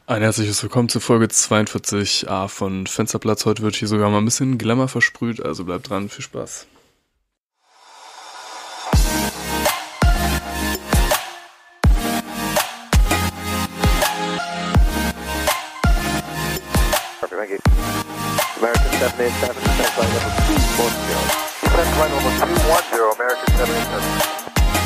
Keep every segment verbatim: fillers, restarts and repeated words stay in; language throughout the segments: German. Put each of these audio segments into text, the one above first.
Ein herzliches Willkommen zur Folge zweiundvierzig a von Fensterplatz. Heute wird hier sogar mal ein bisschen Glamour versprüht, also bleibt dran, viel Spaß. American seven eight seven, send flight level two one zero. Send flight level two one zero, American seven eight seven.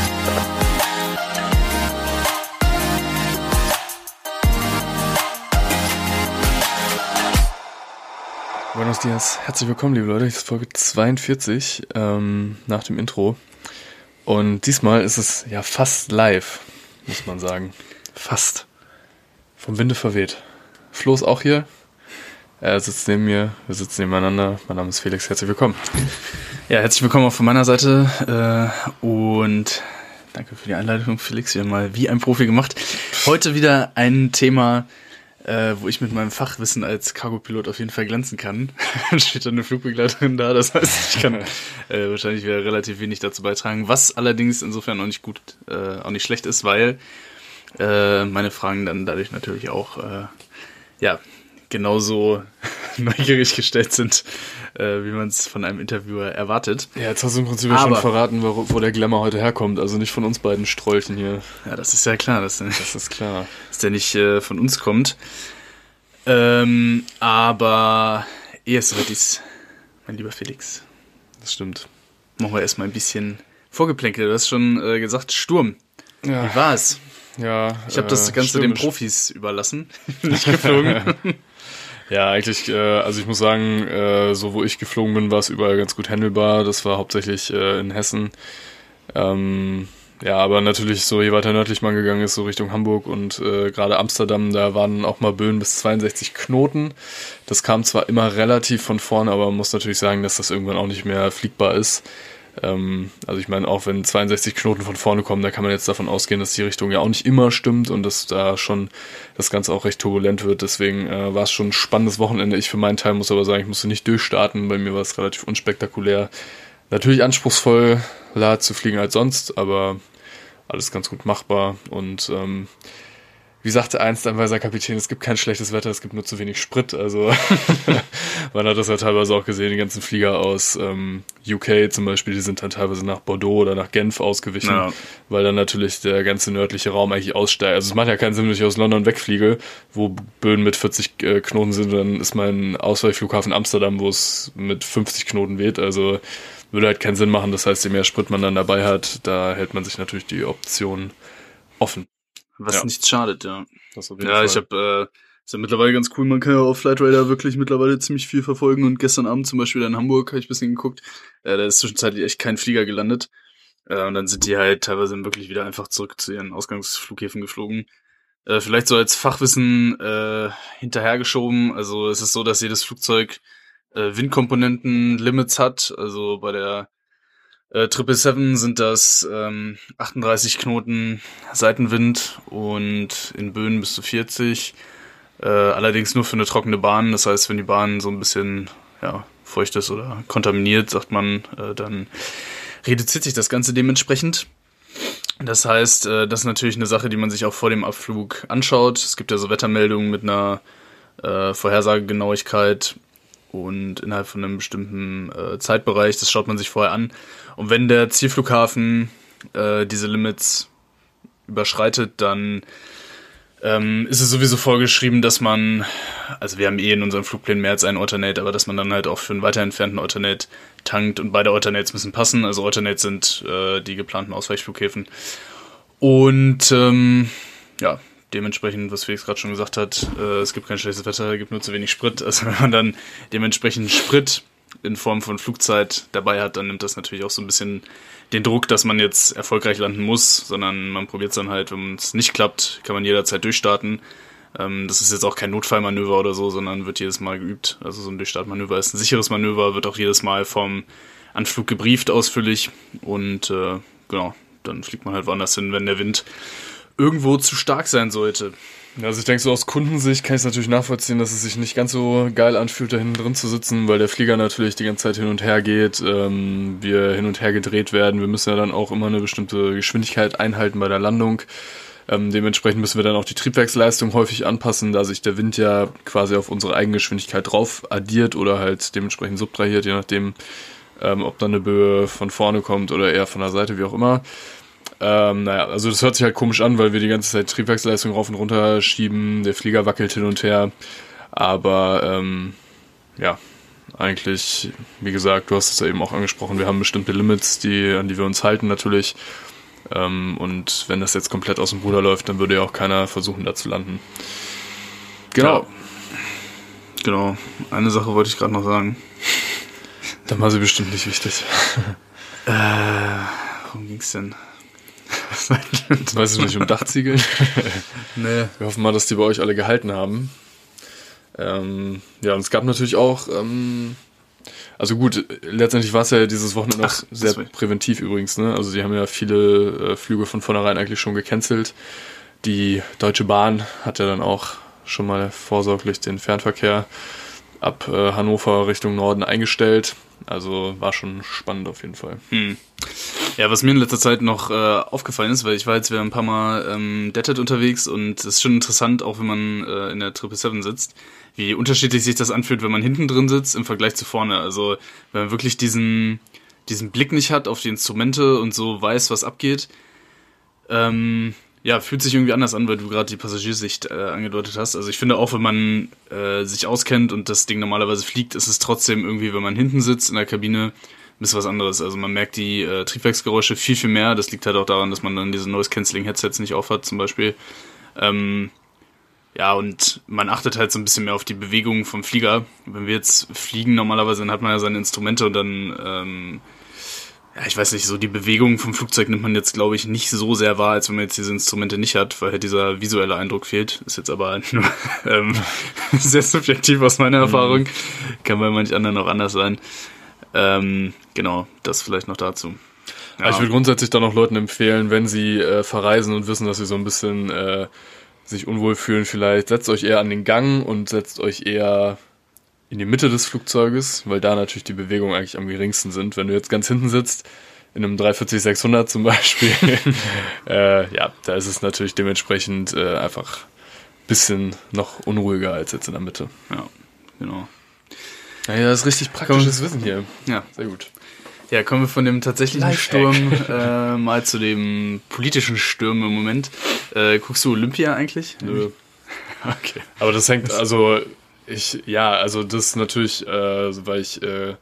Buenos dias, herzlich willkommen, liebe Leute. Das ist Folge zweiundvierzig ähm, nach dem Intro. Und diesmal ist es ja fast live, muss man sagen. Fast. Vom Winde verweht. Flo ist auch hier. Er sitzt neben mir, wir sitzen nebeneinander. Mein Name ist Felix, herzlich willkommen. Ja, herzlich willkommen auch von meiner Seite äh, und danke für die Einleitung, Felix. Wir haben mal wie ein Profi gemacht. Heute wieder ein Thema, äh, wo ich mit meinem Fachwissen als Cargopilot auf jeden Fall glänzen kann. Dann steht da eine Flugbegleiterin da, das heißt, ich kann äh, wahrscheinlich wieder relativ wenig dazu beitragen, was allerdings insofern auch nicht gut, äh, auch nicht schlecht ist, weil äh, meine Fragen dann dadurch natürlich auch, äh, ja, genauso neugierig gestellt sind, äh, wie man es von einem Interviewer erwartet. Ja, jetzt hast du im Prinzip ja schon verraten, wo, wo der Glamour heute herkommt. Also nicht von uns beiden Strolchen hier. Ja, das ist ja klar, dass, das ist klar. dass der nicht äh, von uns kommt. Ähm, aber eher so ist, mein lieber Felix. Das stimmt. Machen wir erstmal ein bisschen Vorgeplänkel. Du hast schon äh, gesagt, Sturm. Ja. Wie war's? Ja, ich habe das äh, Ganze den stürmisch. Profis überlassen. Nicht geflogen. Ja, eigentlich, äh, also ich muss sagen, äh, so wo ich geflogen bin, war es überall ganz gut handelbar. Das war hauptsächlich äh, in Hessen. Ähm, ja, aber natürlich so, je weiter nördlich man gegangen ist, so Richtung Hamburg und äh, gerade Amsterdam, da waren auch mal Böen bis zweiundsechzig Knoten. Das kam zwar immer relativ von vorne, aber man muss natürlich sagen, dass das irgendwann auch nicht mehr fliegbar ist. Ähm, also ich meine, auch wenn zweiundsechzig Knoten von vorne kommen, da kann man jetzt davon ausgehen, dass die Richtung ja auch nicht immer stimmt und dass da schon das Ganze auch recht turbulent wird. Deswegen äh, war es schon ein spannendes Wochenende. Ich für meinen Teil muss aber sagen, ich musste nicht durchstarten. Bei mir war es relativ unspektakulär. Natürlich anspruchsvoller zu fliegen als sonst, aber alles ganz gut machbar. Und ähm, wie sagte einst ein weiser Kapitän, es gibt kein schlechtes Wetter, es gibt nur zu wenig Sprit. Also man hat das ja teilweise auch gesehen, die ganzen Flieger aus ähm, U K zum Beispiel, die sind dann teilweise nach Bordeaux oder nach Genf ausgewichen, ja. Weil dann natürlich der ganze nördliche Raum eigentlich aussteigt. Also es macht ja keinen Sinn, wenn ich aus London wegfliege, wo Böen mit vierzig äh, Knoten sind, dann ist mein Ausweichflughafen Amsterdam, wo es mit fünfzig Knoten weht. Also würde halt keinen Sinn machen. Das heißt, je mehr Sprit man dann dabei hat, da hält man sich natürlich die Option offen. Was ja. nichts schadet, ja. Das auf jeden ja, Fall. ich habe, äh, ist ja mittlerweile ganz cool, man kann ja auf Flightradar wirklich mittlerweile ziemlich viel verfolgen und gestern Abend zum Beispiel in Hamburg habe ich ein bisschen geguckt, äh, da ist zwischenzeitlich echt kein Flieger gelandet äh, und dann sind die halt teilweise wirklich wieder einfach zurück zu ihren Ausgangsflughäfen geflogen. Äh, vielleicht so als Fachwissen äh, hinterhergeschoben, also es ist so, dass jedes Flugzeug äh, Windkomponenten-Limits hat, also bei der Äh, sieben sieben sieben sind das ähm, achtunddreißig Knoten Seitenwind und in Böen bis zu vierzig. Äh, allerdings nur für eine trockene Bahn. Das heißt, wenn die Bahn so ein bisschen ja, feucht ist oder kontaminiert, sagt man, äh, dann reduziert sich das Ganze dementsprechend. Das heißt, äh, das ist natürlich eine Sache, die man sich auch vor dem Abflug anschaut. Es gibt ja so Wettermeldungen mit einer äh, Vorhersagegenauigkeit und innerhalb von einem bestimmten äh, Zeitbereich, das schaut man sich vorher an. Und wenn der Zielflughafen äh, diese Limits überschreitet, dann ähm, ist es sowieso vorgeschrieben, dass man, also wir haben eh in unseren Flugplänen mehr als einen Alternate, aber dass man dann halt auch für einen weiter entfernten Alternate tankt und beide Alternates müssen passen. Also Alternates sind äh, die geplanten Ausweichflughäfen. Und ähm, ja, dementsprechend, was Felix gerade schon gesagt hat, äh, es gibt kein schlechtes Wetter, es gibt nur zu wenig Sprit. Also wenn man dann dementsprechend Sprit in Form von Flugzeit dabei hat, dann nimmt das natürlich auch so ein bisschen den Druck, dass man jetzt erfolgreich landen muss, sondern man probiert es dann halt, wenn es nicht klappt, kann man jederzeit durchstarten. Ähm, das ist jetzt auch kein Notfallmanöver oder so, sondern wird jedes Mal geübt. Also so ein Durchstartmanöver ist ein sicheres Manöver, wird auch jedes Mal vom Anflug gebrieft ausführlich und äh, genau, dann fliegt man halt woanders hin, wenn der Wind irgendwo zu stark sein sollte. Ja, also ich denke, so aus Kundensicht kann ich es natürlich nachvollziehen, dass es sich nicht ganz so geil anfühlt, da hinten drin zu sitzen, weil der Flieger natürlich die ganze Zeit hin und her geht, ähm, wir hin und her gedreht werden. Wir müssen ja dann auch immer eine bestimmte Geschwindigkeit einhalten bei der Landung. Ähm, dementsprechend müssen wir dann auch die Triebwerksleistung häufig anpassen, da sich der Wind ja quasi auf unsere Eigengeschwindigkeit drauf addiert oder halt dementsprechend subtrahiert, je nachdem, ähm, ob dann eine Böe von vorne kommt oder eher von der Seite, wie auch immer. Ähm, naja, also das hört sich halt komisch an, weil wir die ganze Zeit Triebwerksleistung rauf und runter schieben, der Flieger wackelt hin und her, aber ähm, ja, eigentlich, wie gesagt, du hast es ja eben auch angesprochen, wir haben bestimmte Limits, die, an die wir uns halten natürlich. Ähm, und wenn das jetzt komplett aus dem Ruder läuft, dann würde ja auch keiner versuchen, da zu landen. Genau. Ja. Genau. Eine Sache wollte ich gerade noch sagen. Dann war sie bestimmt nicht wichtig. Äh, worum ging's denn? Weißt du nicht, um Dachziegel? Nee. Wir hoffen mal, dass die bei euch alle gehalten haben. Ähm, ja, und es gab natürlich auch, ähm, also gut, letztendlich war es ja dieses Wochenende auch Ach, sehr deswegen. präventiv übrigens, ne? Also die haben ja viele äh, Flüge von vornherein eigentlich schon gecancelt. Die Deutsche Bahn hat ja dann auch schon mal vorsorglich den Fernverkehr ab äh, Hannover Richtung Norden eingestellt. Also war schon spannend auf jeden Fall. Hm. Ja, was mir in letzter Zeit noch äh, aufgefallen ist, weil ich war jetzt wieder ein paar Mal ähm, Deadhead unterwegs und es ist schon interessant, auch wenn man äh, in der sieben sieben sieben sitzt, wie unterschiedlich sich das anfühlt, wenn man hinten drin sitzt im Vergleich zu vorne. Also wenn man wirklich diesen diesen Blick nicht hat auf die Instrumente und so weiß, was abgeht, ähm, ja, fühlt sich irgendwie anders an, weil du gerade die Passagiersicht äh, angedeutet hast. Also ich finde auch, wenn man äh, sich auskennt und das Ding normalerweise fliegt, ist es trotzdem irgendwie, wenn man hinten sitzt in der Kabine, ein bisschen was anderes. Also man merkt die äh, Triebwerksgeräusche viel, viel mehr. Das liegt halt auch daran, dass man dann diese Noise-Canceling-Headsets nicht aufhat zum Beispiel. Ähm, ja, und man achtet halt so ein bisschen mehr auf die Bewegungen vom Flieger. Wenn wir jetzt fliegen normalerweise, dann hat man ja seine Instrumente und dann... Ähm, ja, ich weiß nicht, so die Bewegung vom Flugzeug nimmt man jetzt, glaube ich, nicht so sehr wahr, als wenn man jetzt diese Instrumente nicht hat, weil halt dieser visuelle Eindruck fehlt. Ist jetzt aber nur ähm, sehr subjektiv aus meiner Erfahrung. Kann bei manch anderen auch anders sein. Ähm, genau, das vielleicht noch dazu. Ja. Ich würde grundsätzlich dann auch Leuten empfehlen, wenn sie äh, verreisen und wissen, dass sie so ein bisschen äh, sich unwohl fühlen, vielleicht setzt euch eher an den Gang und setzt euch eher in die Mitte des Flugzeuges, weil da natürlich die Bewegungen eigentlich am geringsten sind. Wenn du jetzt ganz hinten sitzt, in einem drei vierzig sechshundert zum Beispiel, äh, ja, da ist es natürlich dementsprechend äh, einfach ein bisschen noch unruhiger als jetzt in der Mitte. Ja, genau. Naja, das ist richtig praktisches Wissen hier. Ja, sehr gut. Ja, kommen wir von dem tatsächlichen Lifehack. Sturm äh, mal zu dem politischen Sturm im Moment. Äh, guckst du Olympia eigentlich? Nö. Okay. Aber das hängt, also ich, ja, also das ist natürlich, äh, weil ich äh,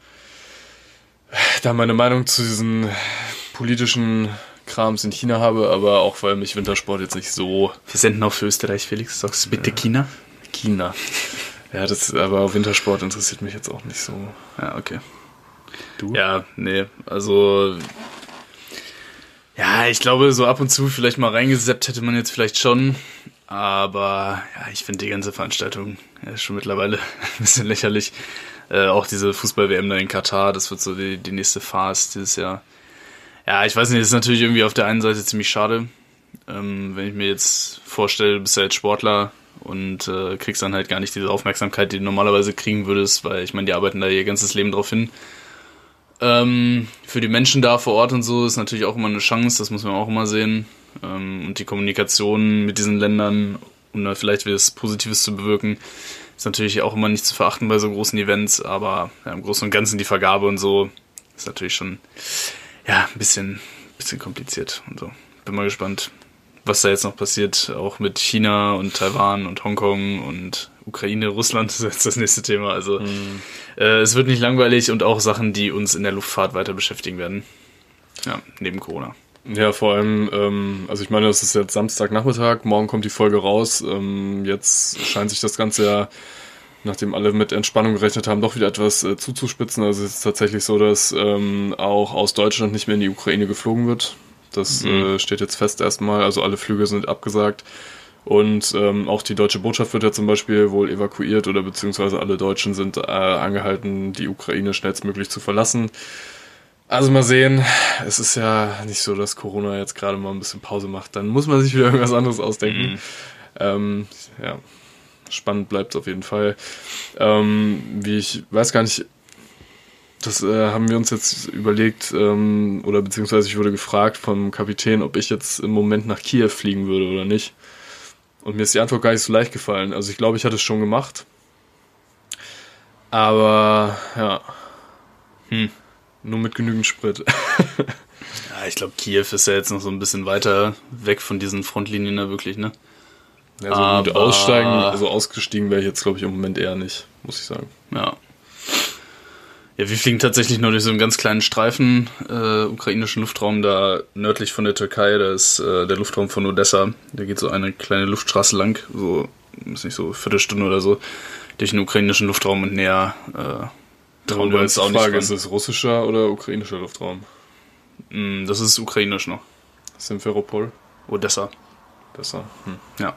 da meine Meinung zu diesen politischen Krams in China habe, aber auch weil mich Wintersport jetzt nicht so... Wir senden auch für Österreich, Felix. Sagst du bitte China? China. Ja, das, aber Wintersport interessiert mich jetzt auch nicht so. Ja, okay. Du? Ja, nee, also... Ja, ich glaube, so ab und zu vielleicht mal reingeseppt hätte man jetzt vielleicht schon. Aber ja, ich finde die ganze Veranstaltung ja, ist schon mittlerweile ein bisschen lächerlich. Äh, auch diese Fußball-W M da in Katar, das wird so die, die nächste Farce dieses Jahr. Ja, ich weiß nicht, das ist natürlich irgendwie auf der einen Seite ziemlich schade. Ähm, wenn ich mir jetzt vorstelle, du bist ja jetzt Sportler und äh, kriegst dann halt gar nicht diese Aufmerksamkeit, die du normalerweise kriegen würdest, weil ich meine, die arbeiten da ihr ganzes Leben drauf hin. Ähm, für die Menschen da vor Ort und so ist natürlich auch immer eine Chance, das muss man auch immer sehen. Ähm, und die Kommunikation mit diesen Ländern, um da vielleicht was Positives zu bewirken, ist natürlich auch immer nicht zu verachten bei so großen Events, aber ja, im Großen und Ganzen die Vergabe und so ist natürlich schon ja, ein bisschen, bisschen kompliziert und so. Bin mal gespannt, was da jetzt noch passiert, auch mit China und Taiwan und Hongkong und Ukraine, Russland ist jetzt das nächste Thema. Also mhm. äh, es wird nicht langweilig und auch Sachen, die uns in der Luftfahrt weiter beschäftigen werden. Ja, neben Corona. Ja, vor allem, ähm, also ich meine, das ist jetzt Samstagnachmittag, morgen kommt die Folge raus. Ähm, jetzt scheint sich das Ganze ja, nachdem alle mit Entspannung gerechnet haben, doch wieder etwas äh, zuzuspitzen. Also es ist tatsächlich so, dass ähm, auch aus Deutschland nicht mehr in die Ukraine geflogen wird. Das mhm. äh, steht jetzt fest erstmal, also alle Flüge sind abgesagt. Und ähm, auch die deutsche Botschaft wird ja zum Beispiel wohl evakuiert oder beziehungsweise alle Deutschen sind äh, angehalten, die Ukraine schnellstmöglich zu verlassen. Also mal sehen, es ist ja nicht so, dass Corona jetzt gerade mal ein bisschen Pause macht. Dann muss man sich wieder irgendwas anderes ausdenken. Mhm. Ähm, ja, spannend bleibt es auf jeden Fall. Ähm, wie ich weiß gar nicht, das äh, haben wir uns jetzt überlegt, ähm, oder beziehungsweise ich wurde gefragt vom Kapitän, ob ich jetzt im Moment nach Kiew fliegen würde oder nicht. Und mir ist die Antwort gar nicht so leicht gefallen. Also ich glaube, ich hatte es schon gemacht. Aber, ja, Hm. nur mit genügend Sprit. Ja, ich glaube, Kiew ist ja jetzt noch so ein bisschen weiter weg von diesen Frontlinien da wirklich, ne? Ja, so gut Aber- aussteigen, also ausgestiegen wäre ich jetzt, glaube ich, im Moment eher nicht, muss ich sagen. Ja. Ja, wir fliegen tatsächlich nur durch so einen ganz kleinen Streifen äh, ukrainischen Luftraum da nördlich von der Türkei. Da ist äh, der Luftraum von Odessa. Da geht so eine kleine Luftstraße lang, so, ist nicht so, eine Viertelstunde oder so, durch den ukrainischen Luftraum und näher äh, trauen wir uns auch nicht Frage, ran. ist es russischer oder ukrainischer Luftraum? Mm, Das ist ukrainisch noch. Simferopol? Odessa. Besser. Hm. Ja.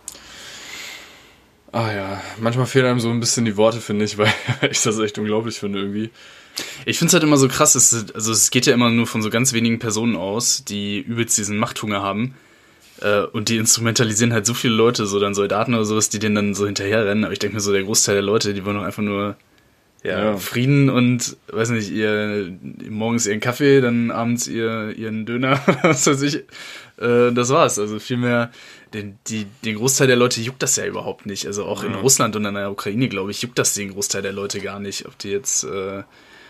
Ah ja, manchmal fehlen einem so ein bisschen die Worte, finde ich, weil ich das echt unglaublich finde irgendwie. Ich finde es halt immer so krass, es, also es geht ja immer nur von so ganz wenigen Personen aus, die übelst diesen Machthunger haben. Äh, und die instrumentalisieren halt so viele Leute, so dann Soldaten oder sowas, die denen dann so hinterherrennen. Aber ich denke mir so, der Großteil der Leute, die wollen doch einfach nur ja, Ja. Frieden und, weiß nicht, ihr morgens ihren Kaffee, dann abends ihr, ihren Döner, was weiß ich. Äh, das war's. Also vielmehr, den, die, den Großteil der Leute juckt das ja überhaupt nicht. Also auch in Ja. Russland und in der Ukraine, glaube ich, juckt das den Großteil der Leute gar nicht. Ob die jetzt... Äh,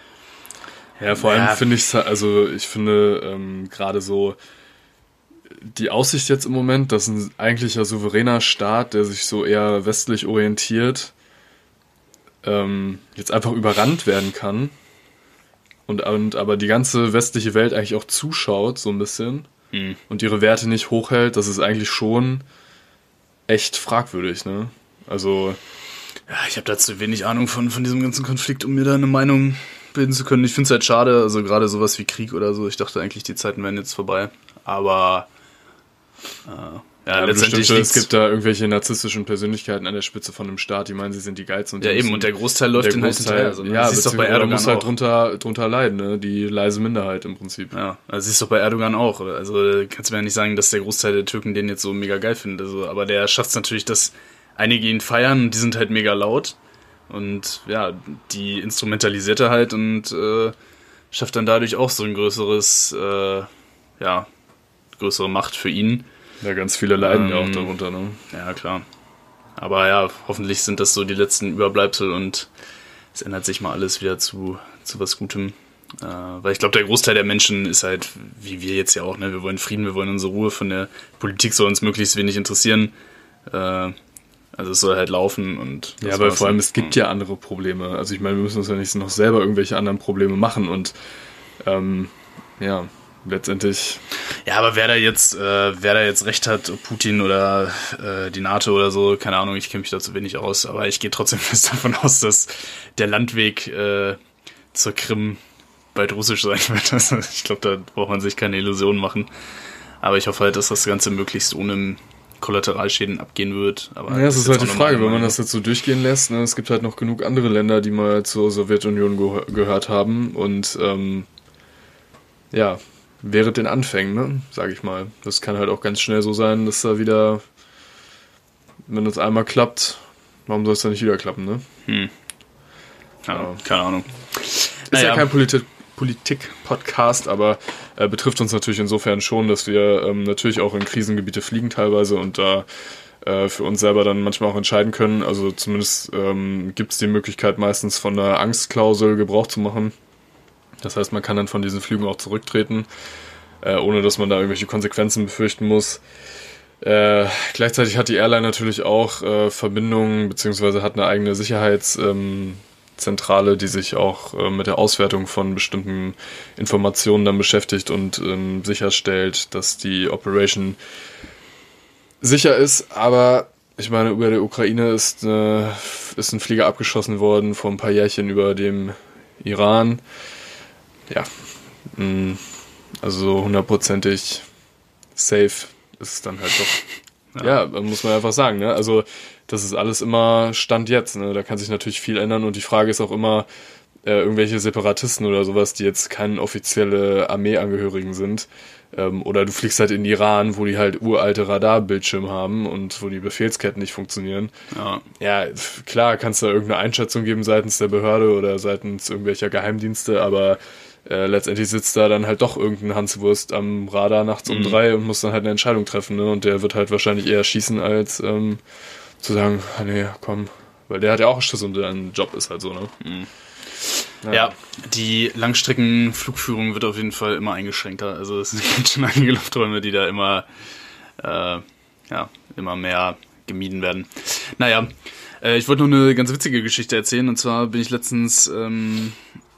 Ja, vor Ja. allem finde ich, also ich finde ähm, gerade so die Aussicht jetzt im Moment, dass ein eigentlicher souveräner Staat, der sich so eher westlich orientiert, ähm, jetzt einfach überrannt werden kann und, und aber die ganze westliche Welt eigentlich auch zuschaut, so ein bisschen, Hm. und ihre Werte nicht hochhält, das ist eigentlich schon echt fragwürdig, ne? Also, Ja, ich habe da zu wenig Ahnung von, von diesem ganzen Konflikt, um mir da eine Meinung bilden zu können. Ich finde es halt schade, also gerade sowas wie Krieg oder so. Ich dachte eigentlich, die Zeiten wären jetzt vorbei. Aber äh, ja, ja, letztendlich bestimmte, es liegt's- gibt da irgendwelche narzisstischen Persönlichkeiten an der Spitze von einem Staat, die meinen, sie sind die Geilsten. Und die ja eben, müssen- und der Großteil läuft der den halt Großteil, hinterher. So, ne? ja, siehst doch bei beziehungsweise Erdogan muss halt auch. drunter, drunter leiden, ne? Die leise Minderheit im Prinzip. Ja, also siehst doch bei Erdogan auch. Oder? Also kannst du mir ja nicht sagen, dass der Großteil der Türken den jetzt so mega geil findet. Also, aber der schafft es natürlich, dass einige ihn feiern und die sind halt mega laut. Und ja, die instrumentalisiert er halt und äh, schafft dann dadurch auch so ein größeres, äh, ja, größere Macht für ihn. Ja, ganz viele leiden ja auch Ähm, darunter, ne? Ja, klar. Aber ja, hoffentlich sind das so die letzten Überbleibsel und es ändert sich mal alles wieder zu, zu was Gutem. Äh, weil ich glaube, der Großteil der Menschen ist halt, wie wir jetzt ja auch, ne, wir wollen Frieden, wir wollen unsere Ruhe, von der Politik soll uns möglichst wenig interessieren. Äh, also es soll halt laufen und... Ja, das aber war's. vor allem, es gibt ja andere Probleme. Also ich meine, wir müssen uns ja nicht noch selber irgendwelche anderen Probleme machen und ähm, ja, letztendlich... Ja, aber wer da jetzt, äh, wer da jetzt recht hat, ob Putin oder äh, die NATO oder so, keine Ahnung, ich kenne mich da zu wenig aus, aber ich gehe trotzdem fest davon aus, dass der Landweg äh, zur Krim bald russisch sein wird. Also ich glaube, da braucht man sich keine Illusionen machen. Aber ich hoffe halt, dass das Ganze möglichst ohne Kollateralschäden abgehen wird. Aber Ja, es ist halt die jetzt auch Frage, nochmal wenn man eine das jetzt so durchgehen lässt, ne, es gibt halt noch genug andere Länder, die mal zur Sowjetunion geh- gehört haben und ähm, ja, während den Anfängen, ne, sag ich mal. Das kann halt auch ganz schnell so sein, dass da wieder, wenn das einmal klappt, warum soll es dann nicht wieder klappen, ne? Hm. Ja, Ja. keine Ahnung. Ist Naja. ja kein Politik- Politik-Podcast, aber äh, betrifft uns natürlich insofern schon, dass wir ähm, natürlich auch in Krisengebiete fliegen teilweise und da äh, für uns selber dann manchmal auch entscheiden können. Also zumindest ähm, gibt es die Möglichkeit meistens von der Angstklausel Gebrauch zu machen. Das heißt, man kann dann von diesen Flügen auch zurücktreten, äh, ohne dass man da irgendwelche Konsequenzen befürchten muss. Äh, gleichzeitig hat die Airline natürlich auch äh, Verbindungen, beziehungsweise hat eine eigene Sicherheitszentrale, ähm, Zentrale, die sich auch äh, mit der Auswertung von bestimmten Informationen dann beschäftigt und ähm, sicherstellt, dass die Operation sicher ist. Aber ich meine, über der Ukraine ist, äh, ist ein Flieger abgeschossen worden vor ein paar Jährchen über dem Iran. Ja, mh, also so hundertprozentig safe ist es dann halt doch. Ja, muss man einfach sagen, ne? Also das ist alles immer Stand jetzt, ne? Da kann sich natürlich viel ändern und die Frage ist auch immer, äh, irgendwelche Separatisten oder sowas, die jetzt keine offizielle Armeeangehörigen sind. Ähm, oder du fliegst halt in Iran, wo die halt uralte Radarbildschirme haben und wo die Befehlsketten nicht funktionieren. Ja. Ja, f- klar, kannst du da irgendeine Einschätzung geben seitens der Behörde oder seitens irgendwelcher Geheimdienste, aber äh, letztendlich sitzt da dann halt doch irgendein Hanswurst am Radar nachts um Mhm. drei und muss dann halt eine Entscheidung treffen, ne? Und der wird halt wahrscheinlich eher schießen, als ähm, zu sagen, ah, nee, komm. Weil der hat ja auch Schiss um seinen Job, ist halt so, ne? Mhm. Ja, die Langstreckenflugführung wird auf jeden Fall immer eingeschränkter. Also es gibt schon einige Lufträume, die da immer, äh, ja, immer mehr gemieden werden. Naja, äh, ich wollte noch eine ganz witzige Geschichte erzählen. Und zwar bin ich letztens ähm,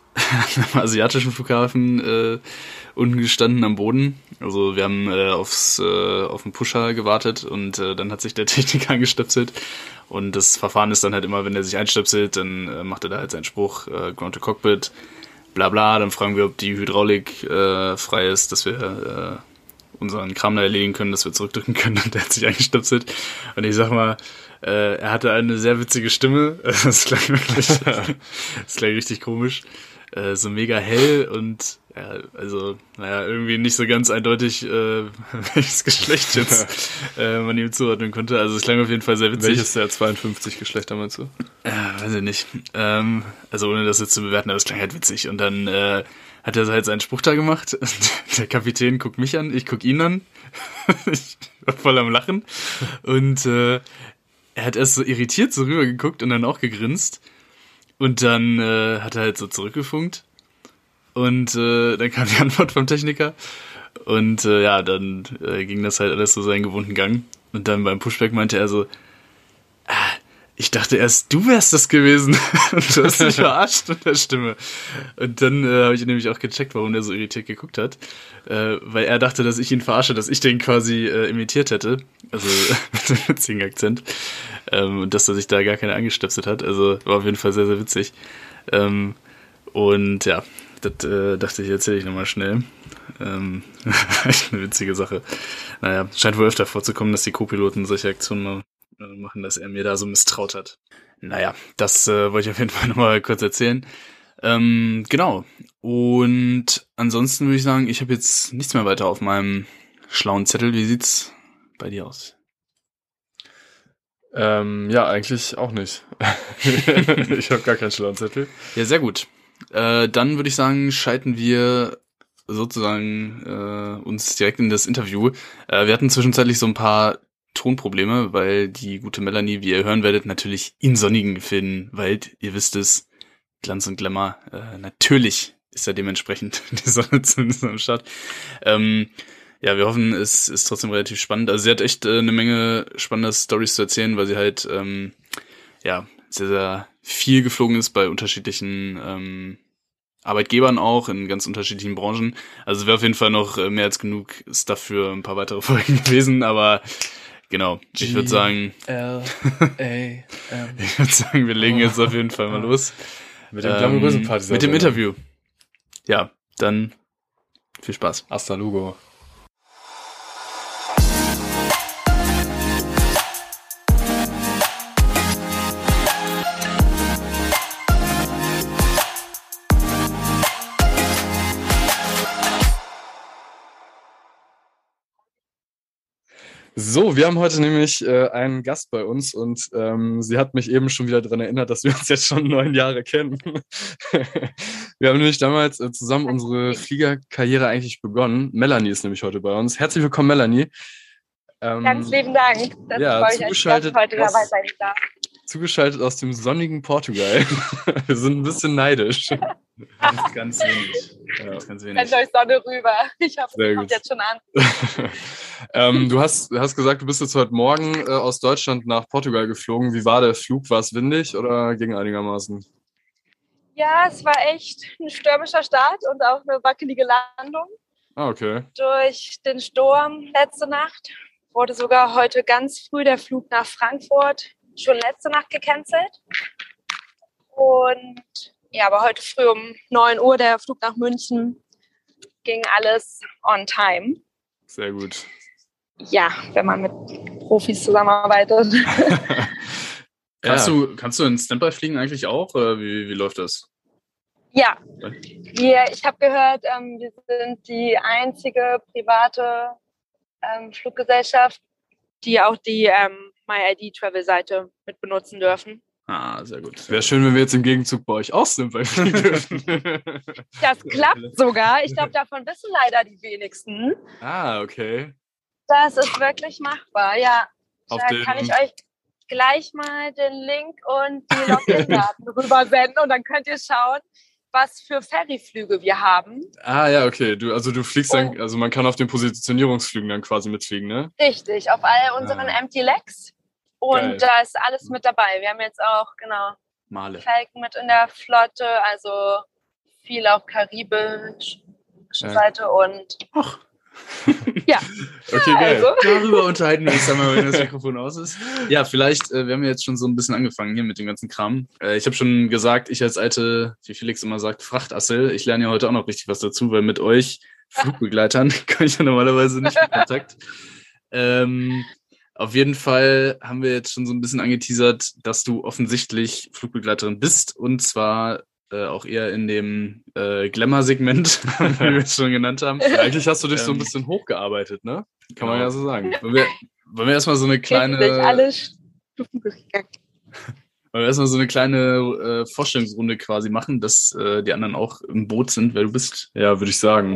am asiatischen Flughafen äh, unten gestanden am Boden. Also wir haben äh, aufs äh, auf den Pusher gewartet und äh, dann hat sich der Techniker angestöpselt. Und das Verfahren ist dann halt immer, wenn er sich einstöpselt, dann äh, macht er da halt seinen Spruch, äh, Ground to Cockpit, bla bla, dann fragen wir, ob die Hydraulik äh, frei ist, dass wir äh, unseren Kram da erledigen können, dass wir zurückdrücken können, und der hat sich eingestöpselt. Und ich sag mal, äh, er hatte eine sehr witzige Stimme, das klang wirklich, das klang richtig komisch, äh, so mega hell und ja, also, naja, irgendwie nicht so ganz eindeutig, äh, welches Geschlecht jetzt äh, man ihm zuordnen konnte. Also es klang auf jeden Fall sehr witzig. Welches der zweiundfünfzig Geschlechter meinst du? Ja, weiß ich nicht. Ähm, also ohne das jetzt zu bewerten, aber es klang halt witzig. Und dann äh, hat er halt seinen Spruch da gemacht. Und der Kapitän guckt mich an, ich guck ihn an. Ich war voll am Lachen. Und äh, er hat erst so irritiert so rübergeguckt und dann auch gegrinst. Und dann äh, hat er halt so zurückgefunkt. Und äh, dann kam die Antwort vom Techniker. Und äh, ja, dann äh, ging das halt alles so seinen gewohnten Gang. Und dann beim Pushback meinte er so, ah, ich dachte erst, du wärst das gewesen. Und du hast mich verarscht mit der Stimme. Und dann äh, habe ich nämlich auch gecheckt, warum der so irritiert geguckt hat. Äh, weil er dachte, dass ich ihn verarsche, dass ich den quasi äh, imitiert hätte. Also mit dem witzigen Akzent. Ähm, und dass er sich da gar keine angestöpselt hat. Also war auf jeden Fall sehr, sehr witzig. Ähm, und ja, das äh, dachte ich, erzähle ich nochmal schnell. Ähm, echt eine witzige Sache. Naja, scheint wohl öfter vorzukommen, dass die Co-Piloten solche Aktionen mal äh, machen, dass er mir da so misstraut hat. Naja, das äh, wollte ich auf jeden Fall nochmal kurz erzählen. Ähm, genau. Und ansonsten würde ich sagen, ich habe jetzt nichts mehr weiter auf meinem schlauen Zettel. Wie sieht's bei dir aus? Ähm, ja, eigentlich auch nicht. Ich habe gar keinen schlauen Zettel. Ja, sehr gut. Äh, dann würde ich sagen, schalten wir sozusagen äh, uns direkt in das Interview. Äh, wir hatten zwischenzeitlich so ein paar Tonprobleme, weil die gute Melanie, wie ihr hören werdet, natürlich in sonnigen Gefilden weilt. Ihr wisst es, Glanz und Glamour. Äh, natürlich ist ja dementsprechend die Sonne zumindest am Start. Ähm, ja, wir hoffen, es ist trotzdem relativ spannend. Also sie hat echt äh, eine Menge spannender Storys zu erzählen, weil sie halt ähm, ja sehr, sehr viel geflogen ist bei unterschiedlichen ähm, Arbeitgebern auch, in ganz unterschiedlichen Branchen. Also wäre auf jeden Fall noch äh, mehr als genug Stuff für ein paar weitere Folgen gewesen, aber genau, ich würde sagen, L A M ich würde sagen, wir legen jetzt auf jeden Fall mal los. Mit dem glamourösen Ähm, Party. Mit dem Interview. Ja, dann viel Spaß. Hasta luego. So, wir haben heute nämlich äh, einen Gast bei uns und ähm, sie hat mich eben schon wieder daran erinnert, dass wir uns jetzt schon neun Jahre kennen. Wir haben nämlich damals äh, zusammen unsere Fliegerkarriere eigentlich begonnen. Melanie ist nämlich heute bei uns. Herzlich willkommen, Melanie. Ähm, Ganz lieben Dank, dass ja, ich bei euch als zugeschaltet Gast heute aus- dabei sein darf. Zugeschaltet aus dem sonnigen Portugal. Wir sind ein bisschen neidisch. Ganz, ganz wenig. Ganz, ganz wenig. Brennt euch Sonne rüber. Ich hoffe, Sehr es kommt gut. jetzt schon an. ähm, du hast, hast gesagt, du bist jetzt heute Morgen äh, aus Deutschland nach Portugal geflogen. Wie war der Flug? War es windig oder ging einigermaßen? Ja, es war echt ein stürmischer Start und auch eine wackelige Landung. Ah, okay. Durch den Sturm letzte Nacht wurde sogar heute ganz früh der Flug nach Frankfurt schon letzte Nacht gecancelt. Und ja, aber heute früh um neun Uhr der Flug nach München, ging alles on time. Sehr gut. Ja, wenn man mit Profis zusammenarbeitet. Kannst, Ja. du, kannst du in Standby fliegen eigentlich auch? Oder wie, wie läuft das? Ja, wir, ich habe gehört, ähm, wir sind die einzige private ähm, Fluggesellschaft, die auch die ähm, MyID-Travel-Seite mit benutzen dürfen. Ah, sehr gut. Wäre schön, wenn wir jetzt im Gegenzug bei euch auch sind, weil wir dürfen. Das klappt sogar. Ich glaube, davon wissen leider die wenigsten. Ah, okay. Das ist wirklich machbar, ja. Auf Da den- kann ich euch gleich mal den Link und die Login-Daten rübersenden und dann könnt ihr schauen, was für Ferryflüge wir haben. Ah, ja, okay. Du, also du fliegst dann, Und- also man kann auf den Positionierungsflügen dann quasi mitfliegen, ne? Richtig, auf all unseren Ah. Empty Legs. Und Geil. da ist alles mit dabei. Wir haben jetzt auch, genau, Male. Falken mit in der Flotte, also viel auf karibische Ja. Seite und Ach. ja, Okay, geil. also. Darüber unterhalten wir uns dann mal, wenn das Mikrofon aus ist. Ja, vielleicht, äh, wir haben ja jetzt schon so ein bisschen angefangen hier mit dem ganzen Kram. Äh, ich habe schon gesagt, ich als alte, wie Felix immer sagt, Frachtassel, ich lerne ja heute auch noch richtig was dazu, weil mit euch Flugbegleitern komme ich ja normalerweise nicht in Kontakt. Ähm, auf jeden Fall haben wir jetzt schon so ein bisschen angeteasert, dass du offensichtlich Flugbegleiterin bist und zwar äh, auch eher in dem äh, Glamour-Segment, wie wir es schon genannt haben. Ja, eigentlich hast du dich so ein Ähm, bisschen hochgearbeitet, ne? Kann man genau. ja so sagen. Wollen wir, wollen wir erstmal so eine kleine, Richtig, alle Stufen gegangen. wollen wir erstmal so eine kleine äh, Vorstellungsrunde quasi machen, dass äh, die anderen auch im Boot sind, wer du bist. Ja, würde ich sagen.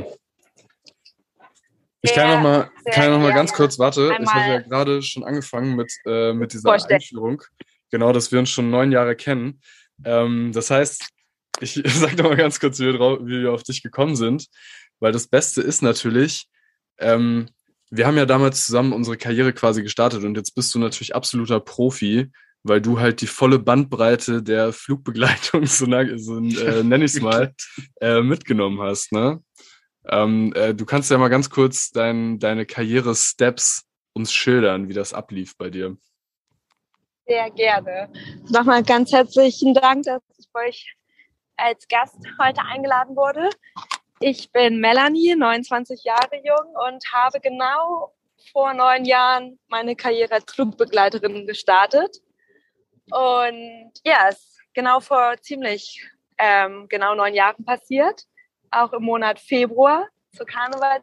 Ich Sehr, kann noch mal, sehr kann noch mal ganz gerne. kurz, warte, ich habe Einmal- ja gerade schon angefangen mit, äh, mit dieser Vorstellen. Einführung. Genau, dass wir uns schon neun Jahre kennen. Ähm, das heißt, ich sag noch mal ganz kurz, wie wir, drauf, wie wir auf dich gekommen sind, weil das Beste ist natürlich, ähm, wir haben ja damals zusammen unsere Karriere quasi gestartet und jetzt bist du natürlich absoluter Profi, weil du halt die volle Bandbreite der Flugbegleitung, so, na- so äh, nenne ich es mal, äh, mitgenommen hast, ne? Ähm, äh, du kannst ja mal ganz kurz dein, deine Karriere-Steps uns schildern, wie das ablief bei dir. Sehr gerne. Nochmal ganz herzlichen Dank, dass ich bei euch als Gast heute eingeladen wurde. Ich bin Melanie, neunundzwanzig Jahre jung und habe genau vor neun Jahren meine Karriere als Flugbegleiterin gestartet. Und ja, es ist genau vor ziemlich ähm, genau neun Jahren passiert. Auch im Monat Februar zur Karnevalszeit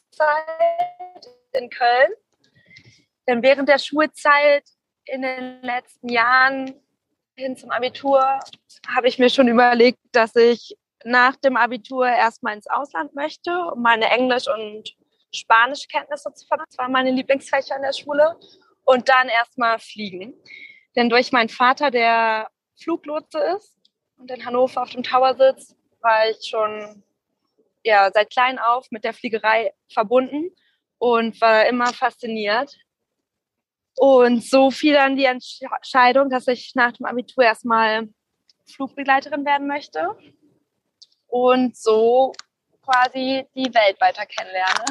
in Köln. Denn während der Schulzeit in den letzten Jahren hin zum Abitur habe ich mir schon überlegt, dass ich nach dem Abitur erstmal ins Ausland möchte, um meine Englisch- und Spanischkenntnisse zu verbessern. Das waren meine Lieblingsfächer in der Schule. Und dann erstmal fliegen. Denn durch meinen Vater, der Fluglotse ist und in Hannover auf dem Tower sitzt, war ich schon ja, seit klein auf mit der Fliegerei verbunden und war immer fasziniert. Und so fiel dann die Entscheidung, dass ich nach dem Abitur erstmal Flugbegleiterin werden möchte und so quasi die Welt weiter kennenlerne.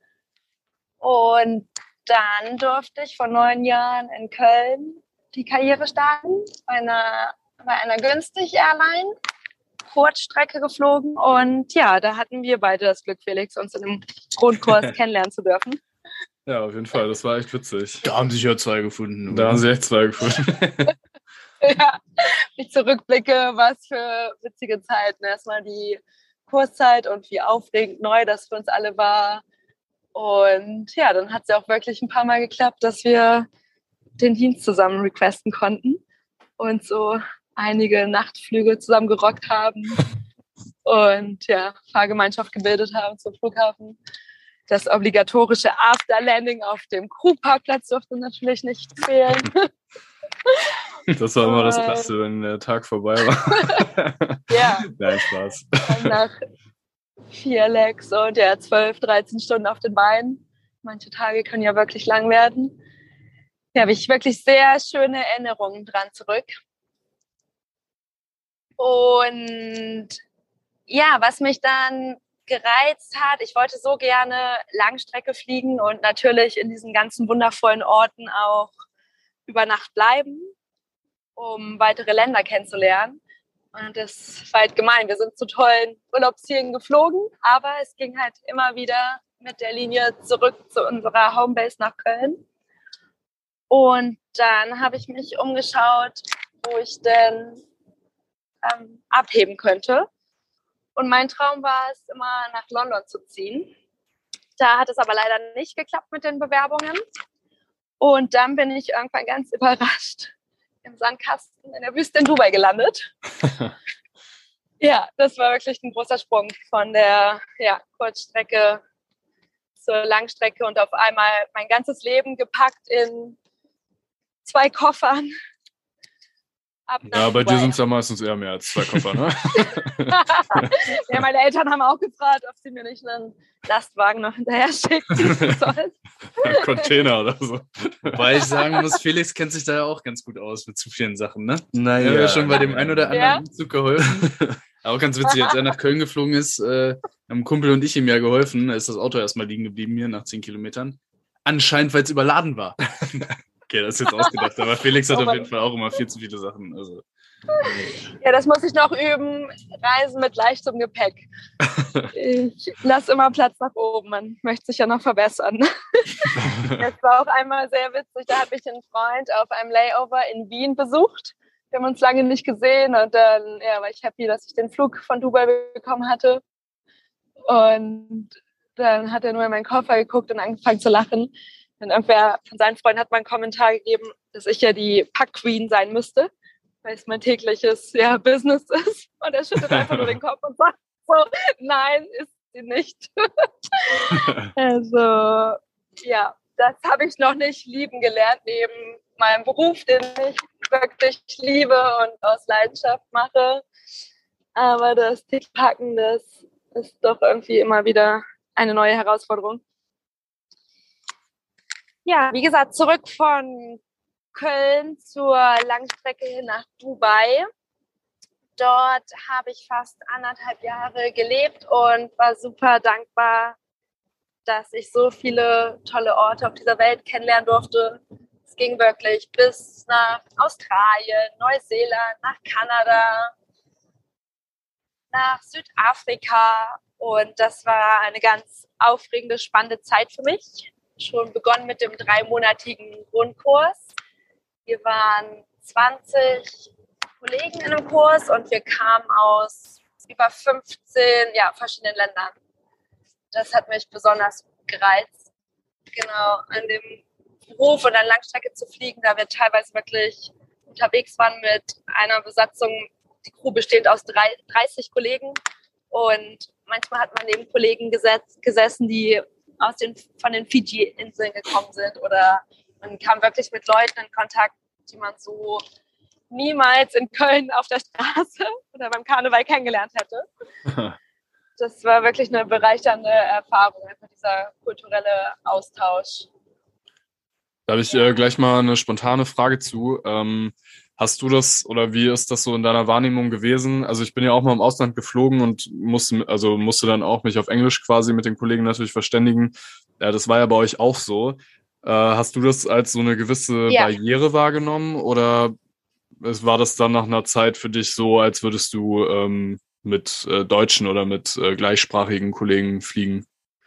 Und dann durfte ich vor neun Jahren in Köln die Karriere starten, bei einer, bei einer günstig Airline, Kurzstrecke geflogen. Und ja, da hatten wir beide das Glück, Felix, uns in einem Grundkurs kennenlernen zu dürfen. Ja, auf jeden Fall, das war echt witzig. Da haben sich ja zwei gefunden. Da haben sie echt zwei gefunden. Ja, wenn ich zurückblicke, was für witzige Zeiten. Erstmal die Kurszeit und wie aufregend neu das für uns alle war. Und ja, dann hat es ja auch wirklich ein paar Mal geklappt, dass wir den Dienst zusammen requesten konnten und so einige Nachtflüge zusammen gerockt haben und ja, Fahrgemeinschaft gebildet haben zum Flughafen. Das obligatorische Afterlanding auf dem Crewparkplatz durfte natürlich nicht fehlen. Das war immer das Beste, wenn der Tag vorbei war. Ja. Nein, Spaß. Dann nach vier Legs und ja, zwölf, dreizehn Stunden auf den Beinen. Manche Tage können ja wirklich lang werden. Ja, habe ich wirklich sehr schöne Erinnerungen dran zurück. Und ja, was mich dann gereizt hat, ich wollte so gerne Langstrecke fliegen und natürlich in diesen ganzen wundervollen Orten auch über Nacht bleiben, um weitere Länder kennenzulernen. Und das war halt gemein. Wir sind zu tollen Urlaubszielen geflogen, aber es ging halt immer wieder mit der Linie zurück zu unserer Homebase nach Köln. Und dann habe ich mich umgeschaut, wo ich denn ähm, abheben könnte. Und mein Traum war es, immer nach London zu ziehen. Da hat es aber leider nicht geklappt mit den Bewerbungen. Und dann bin ich irgendwann ganz überrascht im Sandkasten in der Wüste in Dubai gelandet. Ja, das war wirklich ein großer Sprung von der ja, Kurzstrecke zur Langstrecke und auf einmal mein ganzes Leben gepackt in zwei Koffern. Ab nach Ja, bei Dubai. dir sind es ja meistens eher mehr als zwei Koffer, ne? Ja, meine Eltern haben auch gefragt, ob sie mir nicht einen Lastwagen noch hinterher schicken sollen. Container oder so. Weil ich sagen muss, Felix kennt sich da ja auch ganz gut aus mit zu vielen Sachen, ne? Naja. Wir haben ja schon bei dem einen oder anderen Ja. Umzug geholfen. Auch ganz witzig, als er nach Köln geflogen ist, äh, haben ein Kumpel und ich ihm ja geholfen. Da ist das Auto erstmal liegen geblieben hier nach zehn Kilometern. Anscheinend, weil es überladen war. Okay, das ist jetzt ausgedacht, aber Felix hat Oh auf Mann. jeden Fall auch immer viel zu viele Sachen. Also. Ja, das muss ich noch üben. Reisen mit leichtem Gepäck. Ich lasse immer Platz nach oben. Man möchte sich ja noch verbessern. Das war auch einmal sehr witzig. Da habe ich einen Freund auf einem Layover in Wien besucht. Wir haben uns lange nicht gesehen und dann ja, war ich happy, dass ich den Flug von Dubai bekommen hatte. Und dann hat er nur in meinen Koffer geguckt und angefangen zu lachen. Und irgendwer von seinen Freunden hat mal einen Kommentar gegeben, dass ich ja die Pack-Queen sein müsste, weil es mein tägliches ja, Business ist. Und er schüttelt einfach nur den Kopf und sagt so, nein, ist sie nicht. Also, ja, das habe ich noch nicht lieben gelernt, neben meinem Beruf, den ich wirklich liebe und aus Leidenschaft mache. Aber das Tickpacken, das ist doch irgendwie immer wieder eine neue Herausforderung. Ja, wie gesagt, zurück von Köln zur Langstrecke hin nach Dubai. Dort habe ich fast anderthalb Jahre gelebt und war super dankbar, dass ich so viele tolle Orte auf dieser Welt kennenlernen durfte. Es ging wirklich bis nach Australien, Neuseeland, nach Kanada, nach Südafrika. Und das war eine ganz aufregende, spannende Zeit für mich. Schon begonnen mit dem dreimonatigen Grundkurs. Wir waren zwanzig Kollegen in einem Kurs und wir kamen aus über fünfzehn ja, verschiedenen Ländern. Das hat mich besonders gereizt, genau an dem Beruf und an Langstrecke zu fliegen, da wir teilweise wirklich unterwegs waren mit einer Besatzung, die Crew bestehend aus drei, dreißig Kollegen und manchmal hat man neben Kollegen gesetz, gesessen, die aus den, von den Fidschi-Inseln gekommen sind oder man kam wirklich mit Leuten in Kontakt, die man so niemals in Köln auf der Straße oder beim Karneval kennengelernt hätte. Das war wirklich eine bereichernde Erfahrung, einfach dieser kulturelle Austausch. Da habe ich äh, gleich mal eine spontane Frage zu. Ähm, hast du das oder wie ist das so in deiner Wahrnehmung gewesen? Also ich bin ja auch mal im Ausland geflogen und musste, also musste dann auch mich auf Englisch quasi mit den Kollegen natürlich verständigen. Ja, das war ja bei euch auch so. Äh, hast du das als so eine gewisse Ja. Barriere wahrgenommen oder es war das dann nach einer Zeit für dich so, als würdest du ähm, mit äh, deutschen oder mit äh, gleichsprachigen Kollegen fliegen?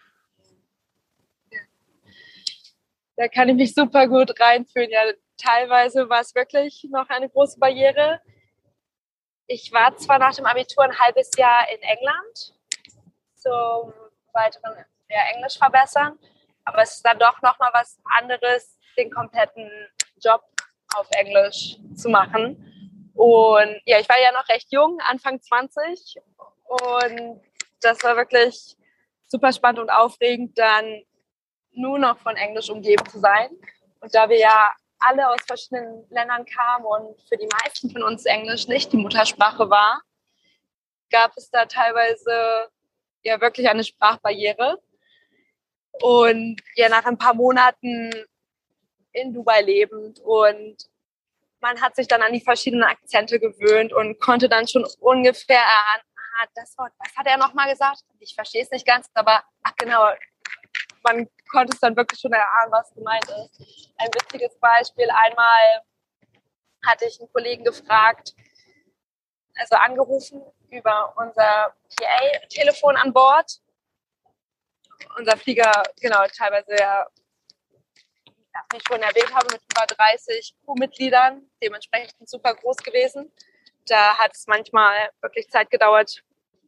Da kann ich mich super gut reinfühlen. Ja, teilweise war es wirklich noch eine große Barriere. Ich war zwar nach dem Abitur ein halbes Jahr in England zum weiteren ja, Englisch verbessern, aber es ist dann doch nochmal was anderes, den kompletten Job auf Englisch zu machen. Und ja, ich war ja noch recht jung, Anfang zwanzig, und das war wirklich super spannend und aufregend, dann nur noch von Englisch umgeben zu sein. Und da wir ja alle aus verschiedenen Ländern kamen und für die meisten von uns Englisch nicht die Muttersprache war, gab es da teilweise ja wirklich eine Sprachbarriere. Und ja, nach ein paar Monaten in Dubai lebend und man hat sich dann an die verschiedenen Akzente gewöhnt und konnte dann schon ungefähr erahnen, ah, das Wort, was hat er nochmal gesagt? Ich verstehe es nicht ganz, aber ach genau, man konnte es dann wirklich schon erahnen, was gemeint ist. Ein witziges Beispiel, einmal hatte ich einen Kollegen gefragt, also angerufen über unser P A-Telefon an Bord. Unser Flieger, genau, teilweise ja, wie ich schon erwähnt habe, mit über dreißig Crewmitgliedern, dementsprechend super groß gewesen. Da hat es manchmal wirklich Zeit gedauert,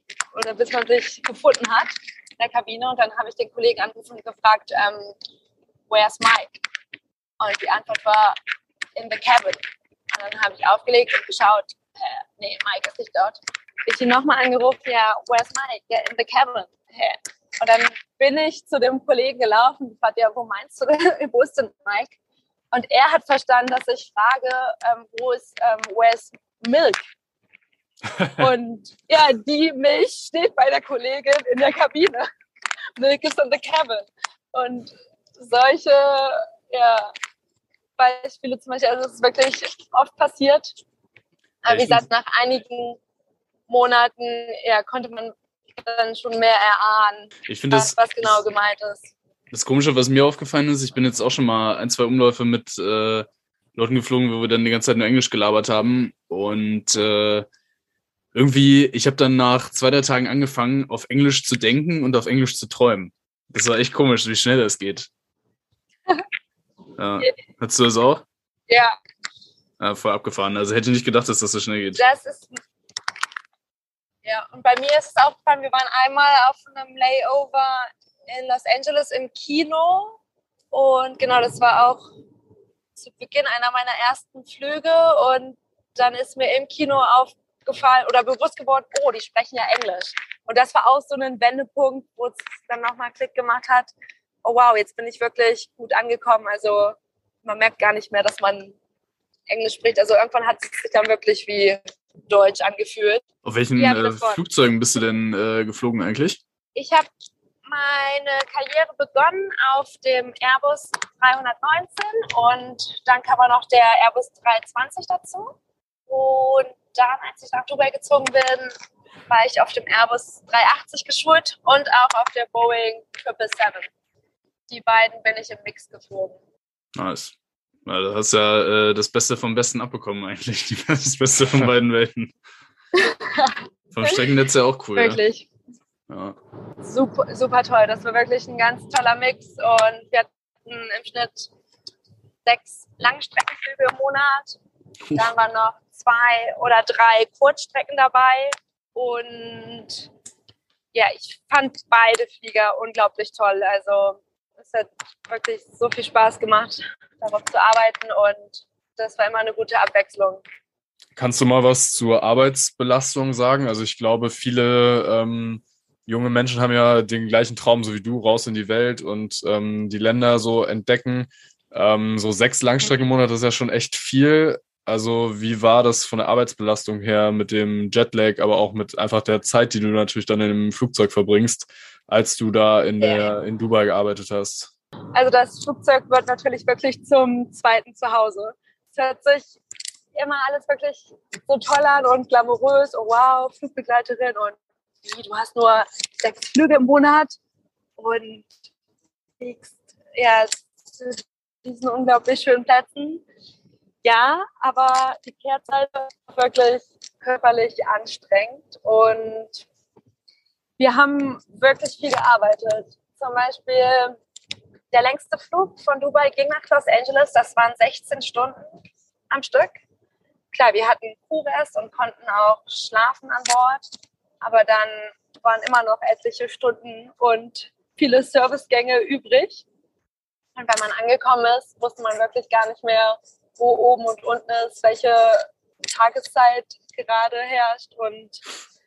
oder bis man sich gefunden hat in der Kabine. Und dann habe ich den Kollegen angerufen und gefragt, ähm, where's Mike? Und die Antwort war, in the cabin. Und dann habe ich aufgelegt und geschaut, äh, nee, Mike ist nicht dort. Ich ihn nochmal angerufen, ja, where's Mike? Ja, in the cabin. Hä? Und dann bin ich zu dem Kollegen gelaufen und fragte, ja, wo meinst du denn, wo ist denn Mike? Und er hat verstanden, dass ich frage, ähm, wo ist, ähm, where's Milk? Und ja, die Milch steht bei der Kollegin in der Kabine. Milk is in the cabin. Und solche ja, Beispiele zum Beispiel, also es ist wirklich oft passiert. Aber wie gesagt, nach einigen Monaten ja, konnte man dann schon mehr erahnen, ich find, was, das, was genau gemeint ist. Das Komische, was mir aufgefallen ist, ich bin jetzt auch schon mal ein, zwei Umläufe mit äh, Leuten geflogen, wo wir dann die ganze Zeit nur Englisch gelabert haben. Und äh, irgendwie, ich habe dann nach zwei, drei Tagen angefangen, auf Englisch zu denken und auf Englisch zu träumen. Das war echt komisch, wie schnell das geht. Ja. Hattest du das auch? Ja. Ja, voll abgefahren. Also hätte ich nicht gedacht, dass das so schnell geht. Das ist... Ja, und bei mir ist es aufgefallen, wir waren einmal auf einem Layover in Los Angeles im Kino und genau, das war auch zu Beginn einer meiner ersten Flüge und dann ist mir im Kino aufgefallen oder bewusst geworden, oh, die sprechen ja Englisch. Und das war auch so ein Wendepunkt, wo es dann nochmal Klick gemacht hat, oh wow, jetzt bin ich wirklich gut angekommen. Also man merkt gar nicht mehr, dass man Englisch spricht. Also irgendwann hat es sich dann wirklich wie Deutsch angefühlt. Auf welchen äh, Flugzeugen bist du denn äh, geflogen eigentlich? Ich habe meine Karriere begonnen auf dem Airbus dreihundertneunzehn und dann kam auch noch der Airbus dreihundertzwanzig dazu. Und dann, als ich nach Dubai gezogen bin, war ich auf dem Airbus dreihundertachtzig geschult und auch auf der Boeing sieben sieben sieben. Die beiden bin ich im Mix geflogen. Nice. Na, du hast ja äh, das Beste vom Besten abbekommen eigentlich. Das Beste von beiden Welten. Vom Streckennetz ja auch cool. Wirklich. Ja. Super, super toll. Das war wirklich ein ganz toller Mix. Und wir hatten im Schnitt sechs Langstreckenflüge im Monat. Dann waren noch zwei oder drei Kurzstrecken dabei. Und ja, ich fand beide Flieger unglaublich toll. Also es hat wirklich so viel Spaß gemacht, darauf zu arbeiten. Und das war immer eine gute Abwechslung. Kannst du mal was zur Arbeitsbelastung sagen? Also ich glaube, viele ähm, junge Menschen haben ja den gleichen Traum, so wie du, raus in die Welt und ähm, die Länder so entdecken. Ähm, so sechs Langstreckenmonate ist ja schon echt viel. Also wie war das von der Arbeitsbelastung her mit dem Jetlag, aber auch mit einfach der Zeit, die du natürlich dann im Flugzeug verbringst, als du da in der in Dubai gearbeitet hast? Also das Flugzeug wird natürlich wirklich zum zweiten Zuhause. Es hört sich immer alles wirklich so toll an und glamourös. Oh wow, Flugbegleiterin und wie, du hast nur sechs Flüge im Monat und fliegst ja, zu diesen unglaublich schönen Plätzen. Ja, aber die Kehrseite ist wirklich körperlich anstrengend und wir haben wirklich viel gearbeitet. Zum Beispiel der längste Flug von Dubai ging nach Los Angeles, das waren sechzehn Stunden am Stück. Klar, wir hatten Crewrest und konnten auch schlafen an Bord, aber dann waren immer noch etliche Stunden und viele Servicegänge übrig. Und wenn man angekommen ist, wusste man wirklich gar nicht mehr, wo oben und unten ist, welche Tageszeit gerade herrscht. Und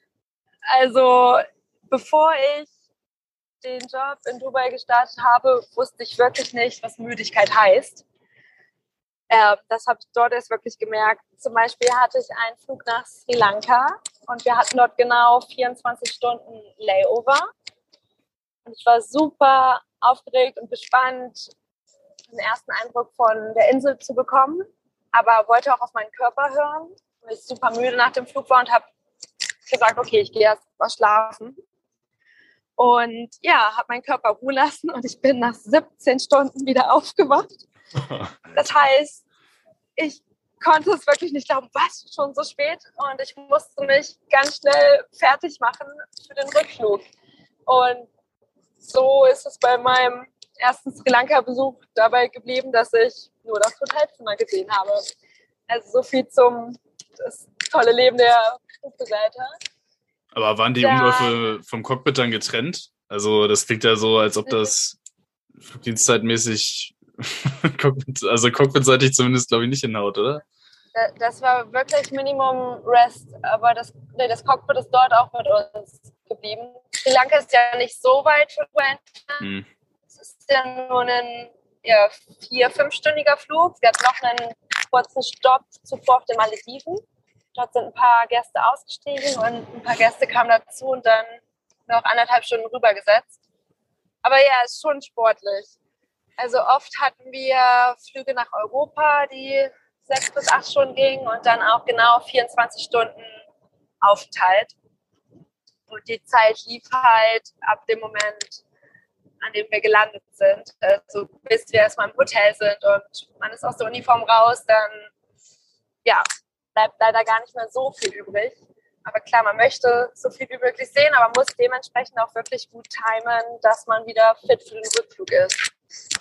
also bevor ich den Job in Dubai gestartet habe, wusste ich wirklich nicht, was Müdigkeit heißt. Äh, das habe ich dort erst wirklich gemerkt. Zum Beispiel hatte ich einen Flug nach Sri Lanka und wir hatten dort genau vierundzwanzig Stunden Layover. Und ich war super aufgeregt und gespannt, den ersten Eindruck von der Insel zu bekommen, aber wollte auch auf meinen Körper hören, weil ich super müde nach dem Flug war und habe gesagt, okay, ich gehe erst mal schlafen. Und ja, habe meinen Körper ruhen lassen und ich bin nach siebzehn Stunden wieder aufgewacht. Das heißt, ich konnte es wirklich nicht glauben, was, schon so spät? Und ich musste mich ganz schnell fertig machen für den Rückflug. Und so ist es bei meinem ersten Sri Lanka-Besuch dabei geblieben, dass ich nur das Hotelzimmer gesehen habe. Also so viel zum das tolle Leben der Flugbegleiter. Aber waren die Dann- Umläufe vom Cockpit dann getrennt? Also das klingt ja so, als ob das flugdienstzeitmäßig Cockpit, also cockpitseitig zumindest, glaube ich, nicht hinhaut, oder? Da- Das war wirklich Minimum Rest, aber das, nee, das Cockpit ist dort auch mit uns geblieben. Sri Lanka ist ja nicht so weit von Kuala entfernt. Hm. Es ist ja nur ein ja, vier-, fünfstündiger Flug. Wir hatten noch einen kurzen Stopp zuvor auf den Malediven. Dort sind ein paar Gäste ausgestiegen und ein paar Gäste kamen dazu und dann noch anderthalb Stunden rübergesetzt. Aber ja, es ist schon sportlich. Also oft hatten wir Flüge nach Europa, die sechs bis acht Stunden gingen und dann auch genau vierundzwanzig Stunden Aufenthalt. Und die Zeit lief halt ab dem Moment, an dem wir gelandet sind. Also bis wir erstmal im Hotel sind und man ist aus der Uniform raus, dann ja, bleibt leider gar nicht mehr so viel übrig. Aber klar, man möchte so viel wie möglich sehen, aber muss dementsprechend auch wirklich gut timen, dass man wieder fit für den Rückflug ist.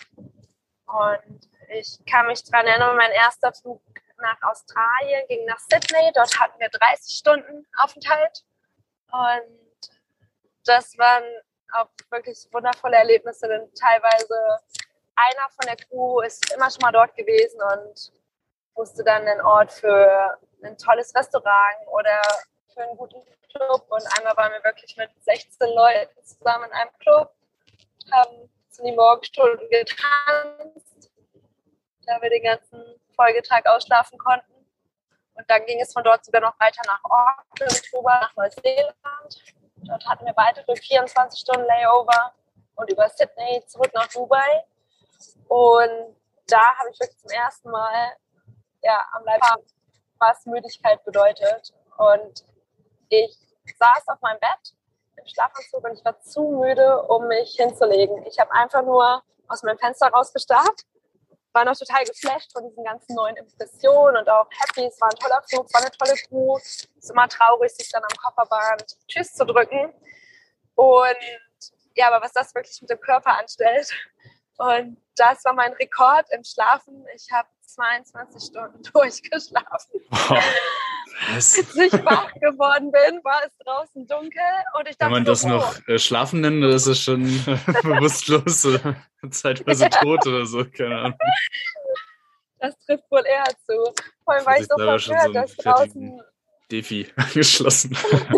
Und ich kann mich daran erinnern, mein erster Flug nach Australien ging nach Sydney. Dort hatten wir dreißig Stunden Aufenthalt. Und das waren auch wirklich wundervolle Erlebnisse, denn teilweise einer von der Crew ist immer schon mal dort gewesen und wusste dann einen Ort für ein tolles Restaurant oder für einen guten Club. Und einmal waren wir wirklich mit sechzehn Leuten zusammen in einem Club, haben zu den Morgenstunden getanzt, da wir den ganzen Folgetag ausschlafen konnten. Und dann ging es von dort sogar noch weiter nach Auckland rüber, nach Neuseeland. Dort hatten wir weitere vierundzwanzig Stunden Layover und über Sydney zurück nach Dubai. Und da habe ich wirklich zum ersten Mal ja, am Leib, was Müdigkeit bedeutet. Und ich saß auf meinem Bett im Schlafanzug und ich war zu müde, um mich hinzulegen. Ich habe einfach nur aus meinem Fenster rausgestarrt, war noch total geflasht von diesen ganzen neuen Impressionen und auch happy. Es war ein toller Flug, es war eine tolle Crew. Es ist immer traurig, sich dann am Kofferband Tschüss zu drücken. Und ja, aber was das wirklich mit dem Körper anstellt. Und das war mein Rekord im Schlafen. Ich habe zweiundzwanzig Stunden durchgeschlafen. Wow. Als ich wach geworden bin, war es draußen dunkel und ich dachte, Kann man das so, noch äh, Schlafen nennen oder ist das schon bewusstlos oder zeitweise tot oder so? Keine Ahnung. Das trifft wohl eher zu. Vor allem war ich so Da schon verwirrt, so einen dass draußen... fertigen Defi angeschlossen.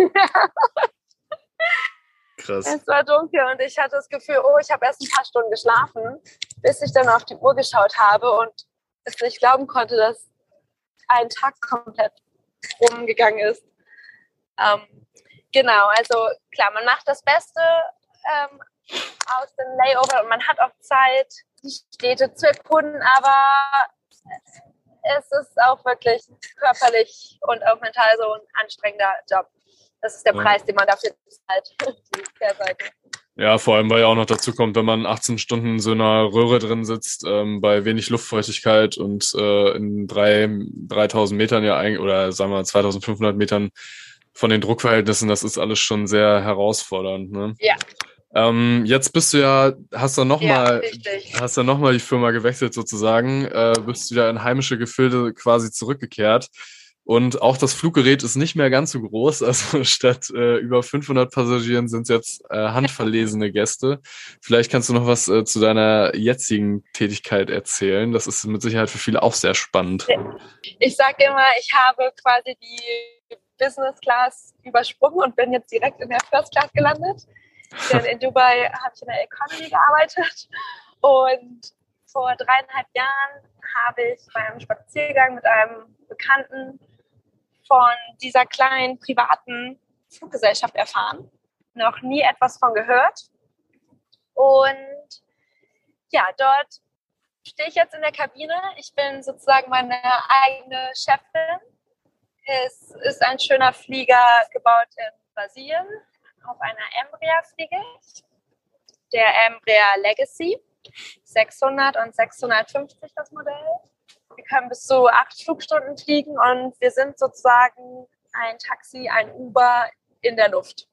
Krass. Es war dunkel und ich hatte das Gefühl, oh, ich habe erst ein paar Stunden geschlafen, bis ich dann auf die Uhr geschaut habe und es nicht glauben konnte, dass ein Tag komplett rumgegangen ist. Ähm, genau, also klar, man macht das Beste ähm, aus dem Layover und man hat auch Zeit, die Städte zu erkunden, aber es ist auch wirklich körperlich und auch mental so ein anstrengender Job. Das ist der Ja. Preis, den man dafür zahlt. Die Kehrseite. Ja, vor allem, weil ja auch noch dazu kommt, wenn man achtzehn Stunden in so einer Röhre drin sitzt, ähm, bei wenig Luftfeuchtigkeit und äh, in drei, dreitausend Metern ja eigentlich, oder sagen wir zweitausendfünfhundert Metern von den Druckverhältnissen, das ist alles schon sehr herausfordernd, ne? Ja. Ähm, jetzt bist du ja, hast du Ja, nochmal, richtig. hast du nochmal die Firma gewechselt sozusagen, äh, bist wieder in heimische Gefilde quasi zurückgekehrt. Und auch das Fluggerät ist nicht mehr ganz so groß. Also statt äh, über fünfhundert Passagieren sind es jetzt äh, handverlesene Gäste. Vielleicht kannst du noch was äh, zu deiner jetzigen Tätigkeit erzählen. Das ist mit Sicherheit für viele auch sehr spannend. Ich sage immer, ich habe quasi die Business Class übersprungen und bin jetzt direkt in der First Class gelandet. Denn in Dubai habe ich in der Economy gearbeitet. Und vor dreieinhalb Jahren habe ich beim Spaziergang mit einem Bekannten von dieser kleinen privaten Fluggesellschaft erfahren. Noch nie etwas von gehört. Und ja, dort stehe ich jetzt in der Kabine. Ich bin sozusagen meine eigene Chefin. Es ist ein schöner Flieger gebaut in Brasilien. Auf einer Embraer fliege ich. Der Embraer Legacy. sechshundert und sechshundertfünfzig das Modell. Wir können bis zu acht Flugstunden fliegen und wir sind sozusagen ein Taxi, ein Uber in der Luft.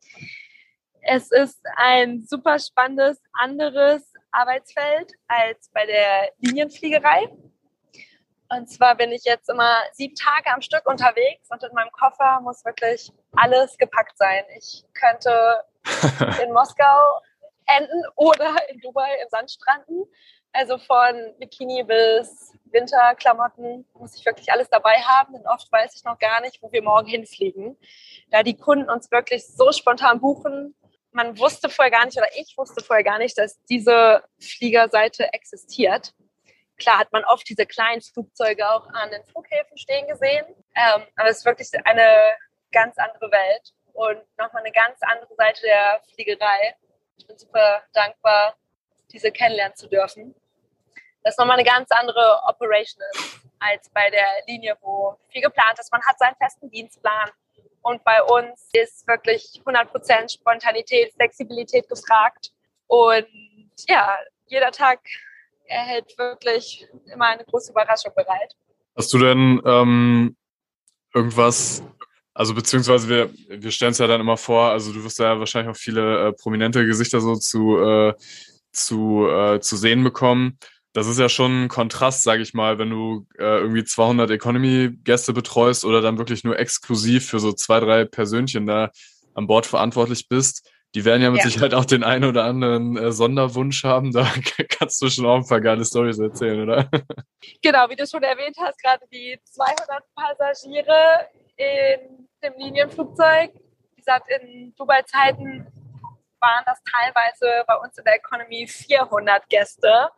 Es ist ein super spannendes, anderes Arbeitsfeld als bei der Linienfliegerei. Und zwar bin ich jetzt immer sieben Tage am Stück unterwegs und in meinem Koffer muss wirklich alles gepackt sein. Ich könnte in Moskau enden oder in Dubai im Sand stranden. Also von Bikini bis Winterklamotten muss ich wirklich alles dabei haben. Denn oft weiß ich noch gar nicht, wo wir morgen hinfliegen. Da die Kunden uns wirklich so spontan buchen. Man wusste vorher gar nicht, oder ich wusste vorher gar nicht, dass diese Fliegerseite existiert. Klar hat man oft diese kleinen Flugzeuge auch an den Flughäfen stehen gesehen. Ähm, aber es ist wirklich eine ganz andere Welt und nochmal eine ganz andere Seite der Fliegerei. Ich bin super dankbar, diese kennenlernen zu dürfen. Das ist nochmal eine ganz andere Operation ist, als bei der Linie, wo viel geplant ist. Man hat seinen festen Dienstplan. Und bei uns ist wirklich hundert Prozent Spontanität, Flexibilität gefragt. Und ja, jeder Tag er hält wirklich immer eine große Überraschung bereit. Hast du denn ähm, irgendwas, also beziehungsweise wir, wir stellen es ja dann immer vor, also du wirst ja wahrscheinlich auch viele äh, prominente Gesichter so zu, äh, zu, äh, zu sehen bekommen. Das ist ja schon ein Kontrast, sage ich mal, wenn du äh, irgendwie zweihundert Economy-Gäste betreust oder dann wirklich nur exklusiv für so zwei, drei Persönchen da an Bord verantwortlich bist. Die werden ja mit ja. Sicherheit auch den einen oder anderen äh, Sonderwunsch haben. Da kannst du schon auch ein paar geile Storys erzählen, oder? Genau, wie du schon erwähnt hast, gerade die zweihundert Passagiere in dem Linienflugzeug. Wie gesagt, in Dubai-Zeiten waren das teilweise bei uns in der Economy vierhundert Gäste.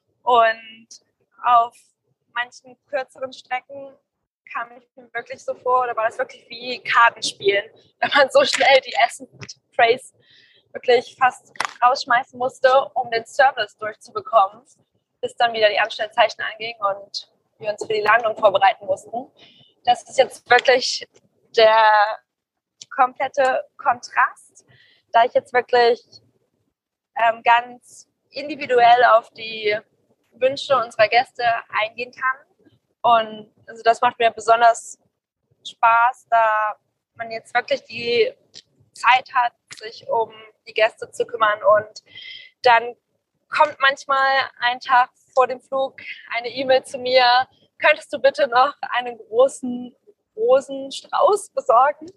Und auf manchen kürzeren Strecken kam ich mir wirklich so vor, oder war das wirklich wie Kartenspielen, wenn man so schnell die Essen-Trays wirklich fast rausschmeißen musste, um den Service durchzubekommen, bis dann wieder die Anstellzeichen anging und wir uns für die Landung vorbereiten mussten. Das ist jetzt wirklich der komplette Kontrast, da ich jetzt wirklich ähm, ganz individuell auf die Wünsche unserer Gäste eingehen kann. Und also das macht mir besonders Spaß, da man jetzt wirklich die Zeit hat, sich um die Gäste zu kümmern. Und dann kommt manchmal einen Tag vor dem Flug eine E-Mail zu mir, könntest du bitte noch einen großen Rosenstrauß besorgen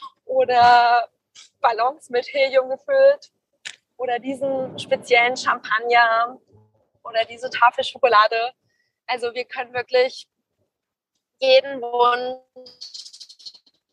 oder Ballons mit Helium gefüllt oder diesen speziellen Champagner oder diese Tafel Schokolade. Also wir können wirklich jeden Wunsch,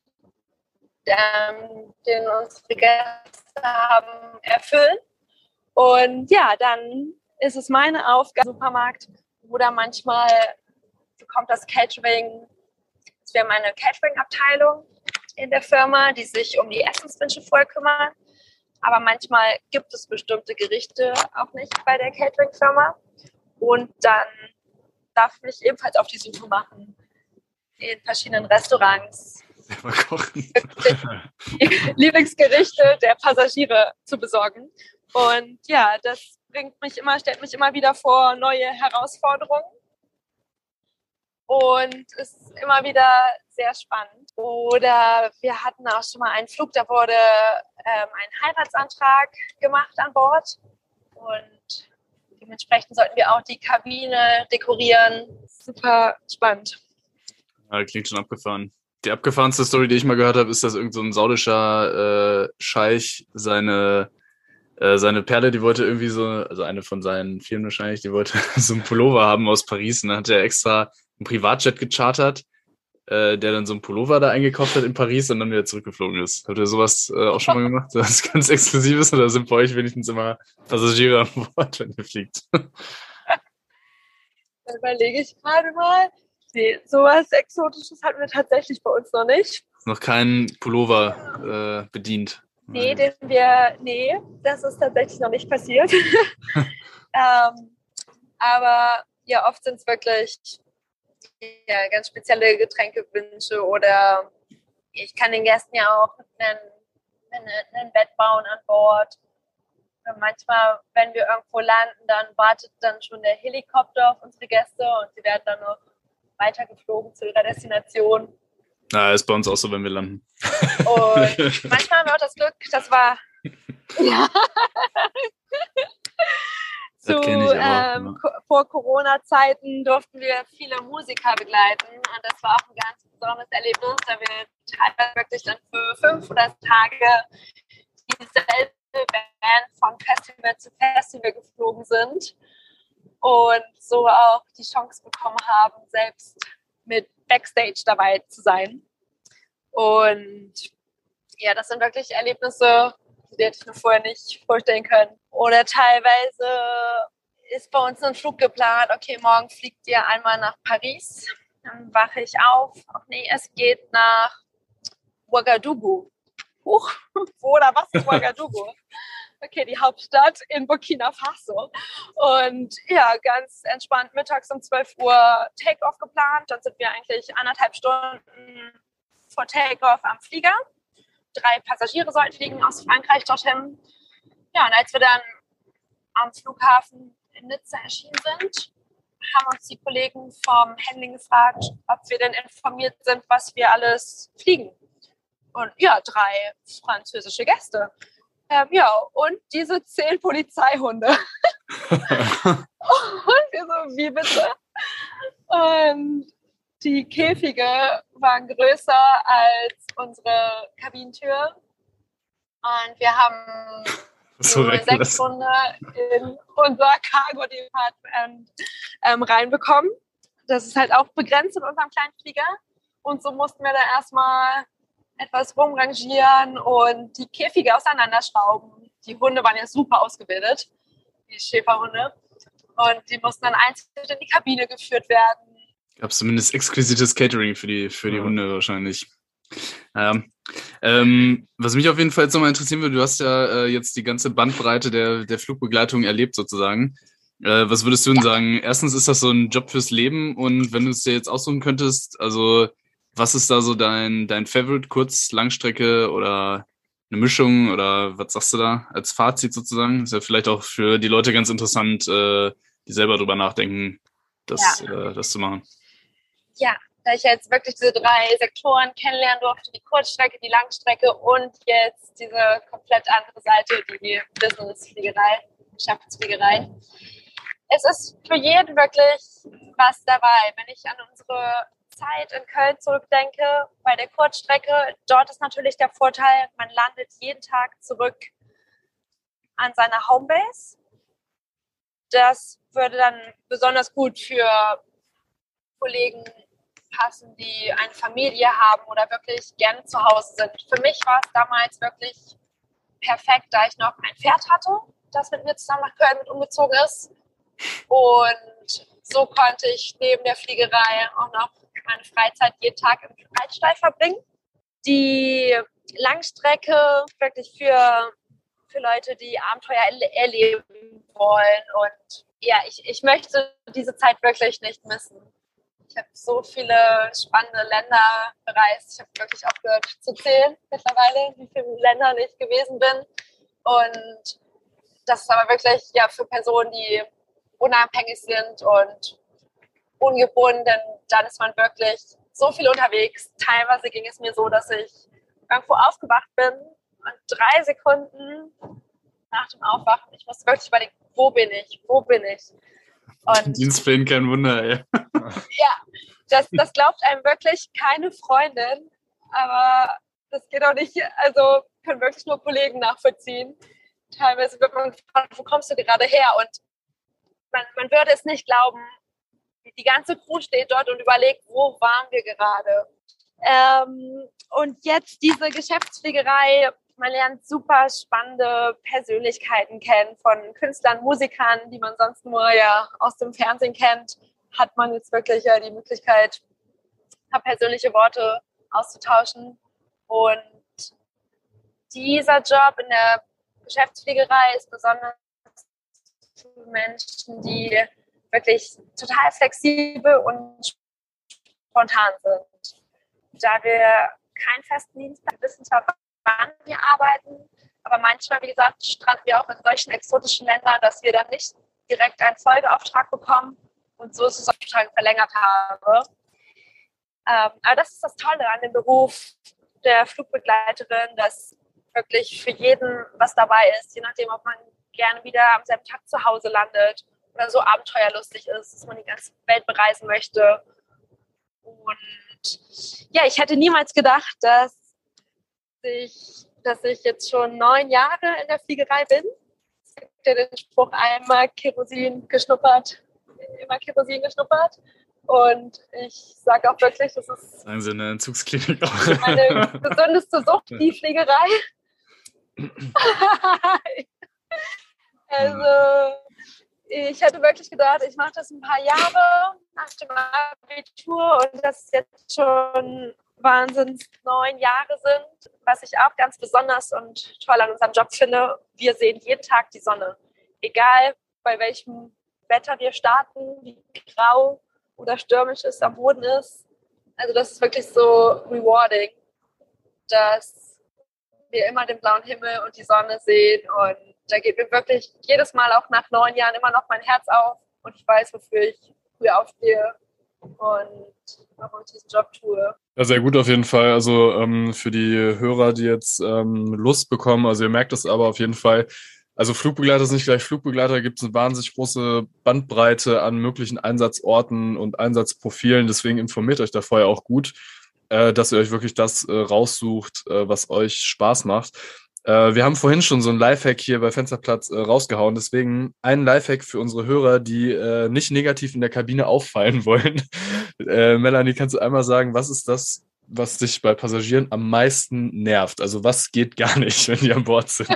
ähm, den unsere Gäste haben, erfüllen. Und ja, dann ist es meine Aufgabe im Supermarkt oder manchmal bekommt das Catering, wir haben eine Catering-Abteilung in der Firma, die sich um die Essenswünsche voll kümmern. Aber manchmal gibt es bestimmte Gerichte auch nicht bei der Catering-Firma. Und dann darf ich mich ebenfalls auf die Suche machen in verschiedenen Restaurants. Selber kochen. Die Lieblingsgerichte der Passagiere zu besorgen. Und ja, das bringt mich immer, stellt mich immer wieder vor neue Herausforderungen. Und ist immer wieder sehr spannend. Oder wir hatten auch schon mal einen Flug, da wurde ähm, ein Heiratsantrag gemacht an Bord. Und dementsprechend sollten wir auch die Kabine dekorieren. Super spannend. Ja, klingt schon abgefahren. Die abgefahrenste Story, die ich mal gehört habe, ist, dass irgend so ein saudischer äh, Scheich seine, äh, seine Perle, die wollte irgendwie so, also eine von seinen Firmen wahrscheinlich, die wollte so einen Pullover haben aus Paris. Und dann hat er extra einen Privatjet gechartert, äh, der dann so einen Pullover da eingekauft hat in Paris und dann wieder zurückgeflogen ist. Habt ihr sowas äh, auch schon mal gemacht? Das ist ganz Exklusives oder sind bei euch wenigstens immer Passagiere an Bord, wenn ihr fliegt? Da überlege ich gerade mal. Nee, sowas Exotisches hatten wir tatsächlich bei uns noch nicht. Noch kein Pullover äh, bedient. Nee, den wir, nee, das ist tatsächlich noch nicht passiert. ähm, aber ja, oft sind es wirklich ja, ganz spezielle Getränkewünsche oder ich kann den Gästen ja auch einen, einen, einen Bett bauen an Bord. Und manchmal, wenn wir irgendwo landen, dann wartet dann schon der Helikopter auf unsere Gäste und sie werden dann noch weitergeflogen zu ihrer Destination. Na, ist bei uns auch so, wenn wir landen. Und manchmal haben wir auch das Glück, das war ja, Das Zu kenne ich auch. ähm, Ja. ko- vor Corona-Zeiten durften wir viele Musiker begleiten und das war auch ein ganz besonderes Erlebnis, da wir teilweise wirklich dann für fünf oder sechs Tage dieselbe Band von Festival zu Festival geflogen sind und so auch die Chance bekommen haben, selbst mit Backstage dabei zu sein. Und ja, das sind wirklich Erlebnisse, die hätte ich mir vorher nicht vorstellen können. Oder teilweise ist bei uns ein Flug geplant, okay, morgen fliegt ihr einmal nach Paris. Dann wache ich auf, ach nee, es geht nach Ouagadougou. Huch, wo oder was ist Ouagadougou? Okay, die Hauptstadt in Burkina Faso. Und ja, ganz entspannt mittags um zwölf Uhr Take-off geplant. Dann sind wir eigentlich anderthalb Stunden vor Take-off am Flieger. Drei Passagiere sollten fliegen aus Frankreich dorthin. Ja, und als wir dann am Flughafen in Nizza erschienen sind, haben uns die Kollegen vom Handling gefragt, ob wir denn informiert sind, was wir alles fliegen. Und ja, drei französische Gäste. Ähm, ja, und diese zehn Polizeihunde. Und wir so, wie bitte? Und die Käfige waren größer als unsere Kabinentür. Und wir haben So nur sechs reckless. Hunde in unser Cargo-Department ähm, reinbekommen. Das ist halt auch begrenzt in unserem kleinen Flieger. Und so mussten wir da erstmal etwas rumrangieren und die Käfige auseinanderschrauben. Die Hunde waren ja super ausgebildet, die Schäferhunde. Und die mussten dann einzeln in die Kabine geführt werden. Gab es zumindest exquisites Catering für die, für die Ja. Hunde wahrscheinlich. Ja. Ähm, was mich auf jeden Fall jetzt nochmal interessieren würde, du hast ja äh, jetzt die ganze Bandbreite der, der Flugbegleitung erlebt sozusagen. Äh, was würdest du denn sagen? Erstens, ist das so ein Job fürs Leben und wenn du es dir jetzt aussuchen könntest, also was ist da so dein, dein Favorite, Kurz-, Langstrecke oder eine Mischung oder was sagst du da als Fazit sozusagen? Ist ja vielleicht auch für die Leute ganz interessant, äh, die selber drüber nachdenken, das, Ja. äh, das zu machen. Ja, da ich jetzt wirklich diese drei Sektoren kennenlernen durfte, die Kurzstrecke, die Langstrecke und jetzt diese komplett andere Seite, die Businessfliegerei, Geschäftsfliegerei. Es ist für jeden wirklich was dabei. Wenn ich an unsere Zeit in Köln zurückdenke, bei der Kurzstrecke, dort ist natürlich der Vorteil, man landet jeden Tag zurück an seiner Homebase. Das würde dann besonders gut für Kollegen passen, die eine Familie haben oder wirklich gerne zu Hause sind. Für mich war es damals wirklich perfekt, da ich noch ein Pferd hatte, das mit mir zusammen nach Köln mit umgezogen ist. Und so konnte ich neben der Fliegerei auch noch meine Freizeit jeden Tag im Reitstall verbringen. Die Langstrecke wirklich für, für Leute, die Abenteuer erle- erleben wollen. Und ja, ich, ich möchte diese Zeit wirklich nicht missen. Ich habe so viele spannende Länder bereist. Ich habe wirklich aufgehört zu zählen mittlerweile, wie viele Länder ich gewesen bin. Und das ist aber wirklich ja für Personen, die unabhängig sind und ungebunden, dann ist man wirklich so viel unterwegs. Teilweise ging es mir so, dass ich irgendwo aufgewacht bin und drei Sekunden nach dem Aufwachen, ich musste wirklich überlegen, wo bin ich, wo bin ich? Und Dienstplänen, kein Wunder, ey. ja, das, das glaubt einem wirklich keine Freundin, aber das geht auch nicht, also können wirklich nur Kollegen nachvollziehen. Teilweise wird man gefragt, wo kommst du gerade her? Und man, man würde es nicht glauben, die ganze Crew steht dort und überlegt, wo waren wir gerade. Ähm, und jetzt diese Geschäftsfliegerei, man lernt super spannende Persönlichkeiten kennen, von Künstlern, Musikern, die man sonst nur ja aus dem Fernsehen kennt, hat man jetzt wirklich ja die Möglichkeit, ein paar persönliche Worte auszutauschen. Und dieser Job in der Geschäftsfliegerei ist besonders für Menschen, die wirklich total flexibel und spontan sind. Da wir keinen festen Dienst haben, wir wissen zwar, wann wir arbeiten, aber manchmal, wie gesagt, stranden wir auch in solchen exotischen Ländern, dass wir dann nicht direkt einen Folgeauftrag bekommen und so ist es sozusagen verlängert habe. Ähm, aber das ist das Tolle an dem Beruf der Flugbegleiterin, dass wirklich für jeden was dabei ist, je nachdem, ob man gerne wieder am selben Tag zu Hause landet oder so abenteuerlustig ist, dass man die ganze Welt bereisen möchte. Und ja, ich hätte niemals gedacht, dass ich, dass ich jetzt schon neun Jahre in der Fliegerei bin. Es gibt ja den Spruch, einmal Kerosin geschnuppert, immer Kerosin geschnuppert. Und ich sage auch wirklich, das ist Sagen Sie in der Entzugsklinik auch. meine gesündeste Sucht, die Fliegerei. Also, ich hätte wirklich gedacht, ich mache das ein paar Jahre nach dem Abitur und das jetzt schon wahnsinnig neun Jahre sind. Was ich auch ganz besonders und toll an unserem Job finde, wir sehen jeden Tag die Sonne. Egal bei welchem Wetter wir starten, wie grau oder stürmisch es am Boden ist. Also das ist wirklich so rewarding, dass wir immer den blauen Himmel und die Sonne sehen und da geht mir wirklich jedes Mal auch nach neun Jahren immer noch mein Herz auf und ich weiß, wofür ich früh aufstehe und warum ich diesen Job tue. Ja, sehr gut auf jeden Fall. Also ähm, für die Hörer, die jetzt ähm, Lust bekommen, also ihr merkt es aber auf jeden Fall, also Flugbegleiter ist nicht gleich Flugbegleiter, gibt es eine wahnsinnig große Bandbreite an möglichen Einsatzorten und Einsatzprofilen, deswegen informiert euch da vorher auch gut, äh, dass ihr euch wirklich das äh, raussucht, äh, was euch Spaß macht. Äh, wir haben vorhin schon so einen Lifehack hier bei Fensterplatz äh, rausgehauen, deswegen ein Lifehack für unsere Hörer, die äh, nicht negativ in der Kabine auffallen wollen. äh, Melanie, kannst du einmal sagen, was ist das, was dich bei Passagieren am meisten nervt? Also was geht gar nicht, wenn die an Bord sind?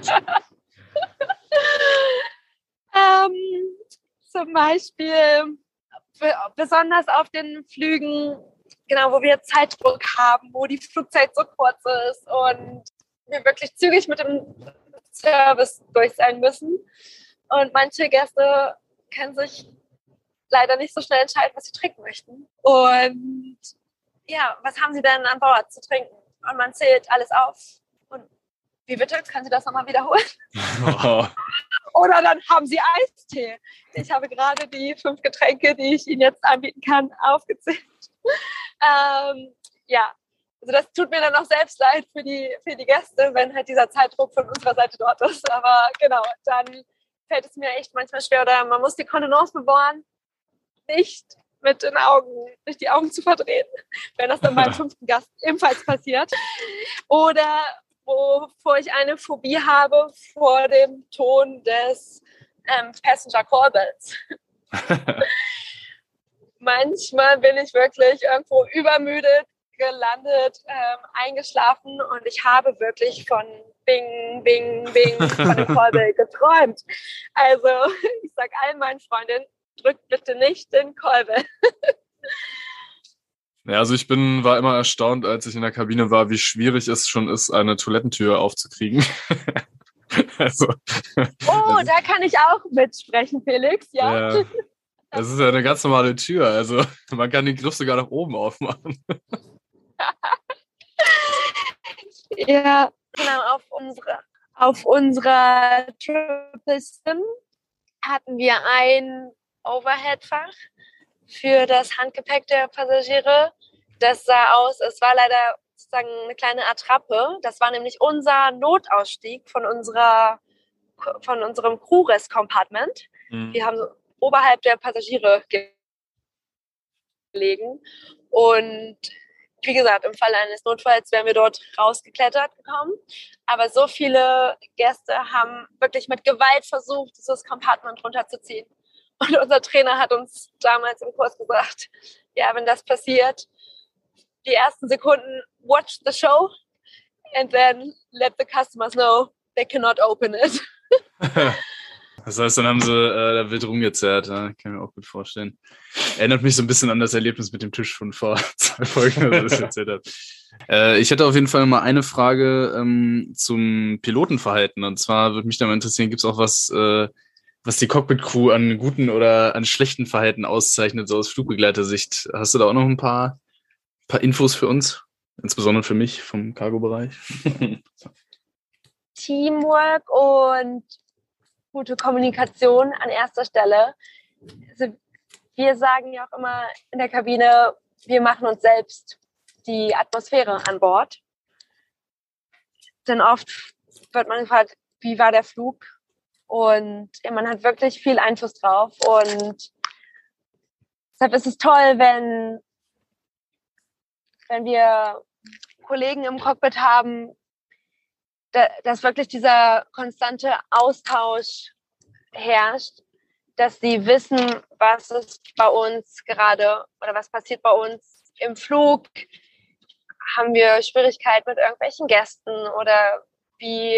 ähm, zum Beispiel be- besonders auf den Flügen, genau, wo wir Zeitdruck haben, wo die Flugzeit so kurz ist und wir wirklich zügig mit dem Service durch sein müssen. Und manche Gäste können sich leider nicht so schnell entscheiden, was sie trinken möchten. Und ja, was haben sie denn an Bord zu trinken? Und man zählt alles auf. Und wie bitte? Können Sie das nochmal wiederholen? Oh. Oder dann haben Sie Eistee. Ich habe gerade die fünf Getränke, die ich Ihnen jetzt anbieten kann, aufgezählt. ähm, ja, also das tut mir dann auch selbst leid für die, für die Gäste, wenn halt dieser Zeitdruck von unserer Seite dort ist. Aber genau, dann fällt es mir echt manchmal schwer. Oder man muss die Kontenance bewahren, nicht mit den Augen, nicht die Augen zu verdrehen, wenn das dann beim fünften Gast ebenfalls passiert. Oder wovor ich eine Phobie habe, vor dem Ton des ähm, Passenger Callbells. Manchmal bin ich wirklich irgendwo übermüdet, gelandet, ähm, eingeschlafen und ich habe wirklich von Bing, Bing, Bing von dem Callbell geträumt. Also ich sage allen meinen Freundinnen, drückt bitte nicht den Callbell. Ja, also ich bin, war immer erstaunt, als ich in der Kabine war, wie schwierig es schon ist, eine Toilettentür aufzukriegen. also, Oh, da kann ich auch mitsprechen, Felix, ja. ja, das ist ja eine ganz normale Tür, also man kann den Griff sogar nach oben aufmachen. Ja, genau, auf unsere, auf unserer Triple Sim hatten wir ein Overhead-Fach für das Handgepäck der Passagiere. Das sah aus, es war leider sozusagen eine kleine Attrappe. Das war nämlich unser Notausstieg von unserer, von unserem Crew-Rest-Compartment. Mhm. Wir haben so oberhalb der Passagiere gelegen und wie gesagt, im Falle eines Notfalls wären wir dort rausgeklettert gekommen. Aber so viele Gäste haben wirklich mit Gewalt versucht, dieses Compartment runterzuziehen. Und unser Trainer hat uns damals im Kurs gesagt, ja, wenn das passiert, die ersten Sekunden, watch the show and then let the customers know they cannot open it. Das heißt, dann haben sie äh, da wild rumgezerrt, ja? Kann ich mir auch gut vorstellen. Erinnert mich so ein bisschen an das Erlebnis mit dem Tisch von vor zwei Folgen, was ich erzählt habe. Äh, ich hätte auf jeden Fall mal eine Frage ähm, zum Pilotenverhalten. Und zwar würde mich da mal interessieren, gibt es auch was, äh, was die Cockpit-Crew an guten oder an schlechten Verhalten auszeichnet, so aus Flugbegleitersicht? Hast du da auch noch ein paar, paar Infos für uns? Insbesondere für mich vom Cargo-Bereich. Teamwork und gute Kommunikation an erster Stelle. Also wir sagen ja auch immer in der Kabine, wir machen uns selbst die Atmosphäre an Bord. Denn oft wird man gefragt, wie war der Flug? Und ja, man hat wirklich viel Einfluss drauf. Und deshalb ist es toll, wenn, wenn wir Kollegen im Cockpit haben, da, dass wirklich dieser konstante Austausch herrscht, dass sie wissen, was ist bei uns gerade oder was passiert bei uns im Flug. Haben wir Schwierigkeiten mit irgendwelchen Gästen oder wie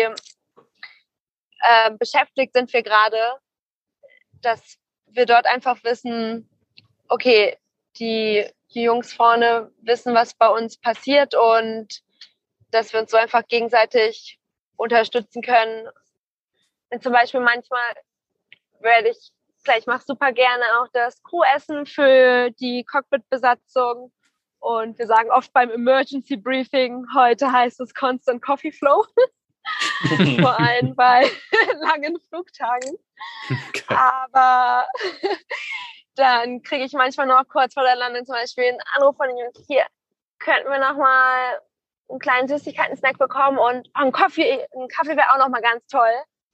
äh, beschäftigt sind wir gerade, dass wir dort einfach wissen, okay, die, die Jungs vorne wissen, was bei uns passiert und dass wir uns so einfach gegenseitig unterstützen können. Und zum Beispiel manchmal werde ich, vielleicht mache ich super gerne auch das Crew-Essen für die Cockpit-Besatzung. Und wir sagen oft beim Emergency Briefing, heute heißt es Constant Coffee Flow. Vor allem bei langen Flugtagen. Okay. Aber dann kriege ich manchmal noch kurz vor der Landung zum Beispiel einen Anruf von den Jungs, hier, könnten wir nochmal einen kleinen Süßigkeiten-Snack bekommen und oh, einen Kaffee, ein Kaffee wäre auch nochmal ganz toll.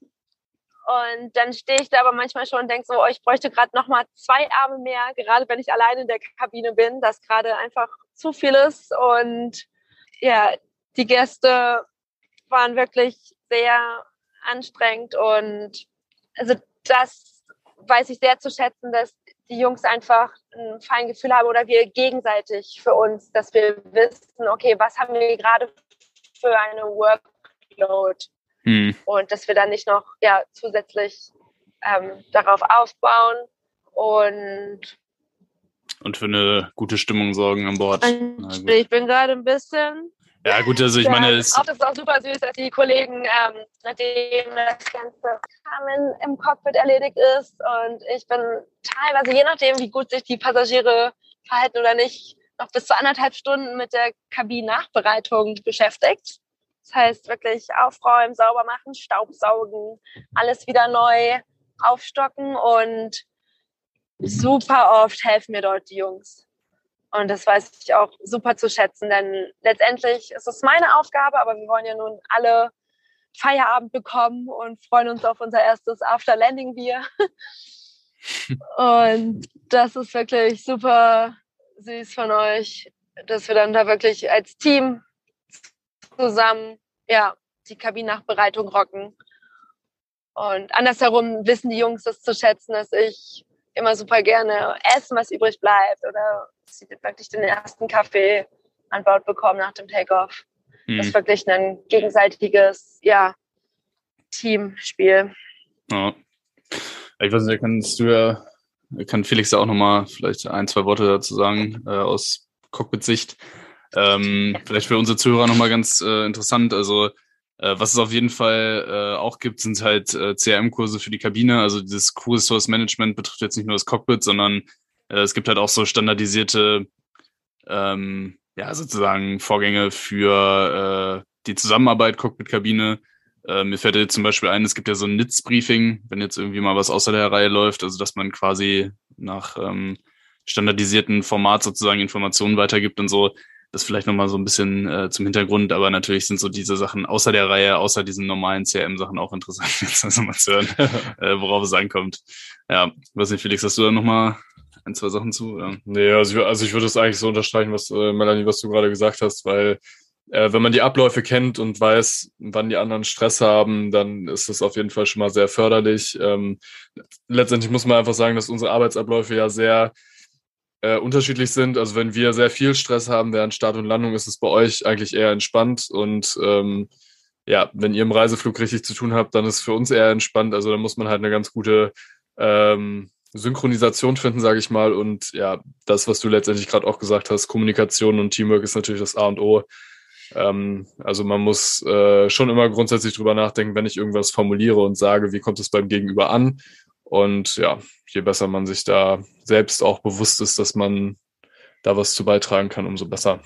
Und dann stehe ich da aber manchmal schon und denke so, oh, ich bräuchte gerade nochmal zwei Arme mehr, gerade wenn ich alleine in der Kabine bin, dass gerade einfach zu viel ist. Und ja, die Gäste waren wirklich sehr anstrengend und also das weiß ich sehr zu schätzen, dass die Jungs einfach ein Feingefühl haben oder wir gegenseitig für uns, dass wir wissen, okay, was haben wir gerade für eine Workload hm. und dass wir dann nicht noch ja, zusätzlich ähm, darauf aufbauen und und für eine gute Stimmung sorgen an Bord. Ich bin gerade ein bisschen Ja, gut, also ich meine... Es ist auch super süß, dass die Kollegen, ähm, nachdem das ganze Kamen im Cockpit erledigt ist und ich bin teilweise, je nachdem, wie gut sich die Passagiere verhalten oder nicht, noch bis zu anderthalb Stunden mit der Kabinennachbereitung beschäftigt. Das heißt wirklich aufräumen, sauber machen, Staubsaugen, alles wieder neu aufstocken und super oft helfen mir dort die Jungs. Und das weiß ich auch super zu schätzen, denn letztendlich ist es meine Aufgabe, aber wir wollen ja nun alle Feierabend bekommen und freuen uns auf unser erstes After-Landing-Bier. Und das ist wirklich super süß von euch, dass wir dann da wirklich als Team zusammen ja, die Kabinennachbereitung rocken. Und andersherum wissen die Jungs das zu schätzen, dass ich immer super gerne essen, was übrig bleibt oder sie wirklich den ersten Kaffee an Bord bekommen nach dem Takeoff. Hm. Das ist wirklich ein gegenseitiges ja, Teamspiel. Ja. Ich weiß nicht, kannst du ja, kann Felix ja auch nochmal vielleicht ein, zwei Worte dazu sagen, äh, aus Cockpit-Sicht. Ähm, vielleicht für unsere Zuhörer nochmal ganz äh, interessant, also Äh, was es auf jeden Fall äh, auch gibt, sind halt äh, C R M-Kurse für die Kabine. Also dieses Crew Resource Management betrifft jetzt nicht nur das Cockpit, sondern äh, es gibt halt auch so standardisierte ähm, ja sozusagen Vorgänge für äh, die Zusammenarbeit Cockpit-Kabine. Äh, mir fällt jetzt zum Beispiel ein, es gibt ja so ein N I T S-Briefing, wenn jetzt irgendwie mal was außer der Reihe läuft, also dass man quasi nach ähm, standardisierten Format sozusagen Informationen weitergibt und so. Das vielleicht nochmal so ein bisschen äh, zum Hintergrund, aber natürlich sind so diese Sachen außer der Reihe, außer diesen normalen C R M-Sachen auch interessant, jetzt also mal zu hören, äh, worauf es ankommt. Ja, weiß nicht, Felix, hast du da nochmal ein, zwei Sachen zu? Oder? Nee, also ich, also ich würde es eigentlich so unterstreichen, was äh, Melanie, was du gerade gesagt hast, weil äh, wenn man die Abläufe kennt und weiß, wann die anderen Stress haben, dann ist das auf jeden Fall schon mal sehr förderlich. Ähm, letztendlich muss man einfach sagen, dass unsere Arbeitsabläufe ja sehr Äh, unterschiedlich sind. Also wenn wir sehr viel Stress haben während Start und Landung, ist es bei euch eigentlich eher entspannt und ähm, ja, wenn ihr im Reiseflug richtig zu tun habt, dann ist es für uns eher entspannt. Also da muss man halt eine ganz gute ähm, Synchronisation finden, sage ich mal. Und ja, das, was du letztendlich gerade auch gesagt hast, Kommunikation und Teamwork ist natürlich das A und O. Ähm, also man muss äh, schon immer grundsätzlich drüber nachdenken, wenn ich irgendwas formuliere und sage, wie kommt es beim Gegenüber an? Und ja, je besser man sich da selbst auch bewusst ist, dass man da was zu beitragen kann, umso besser.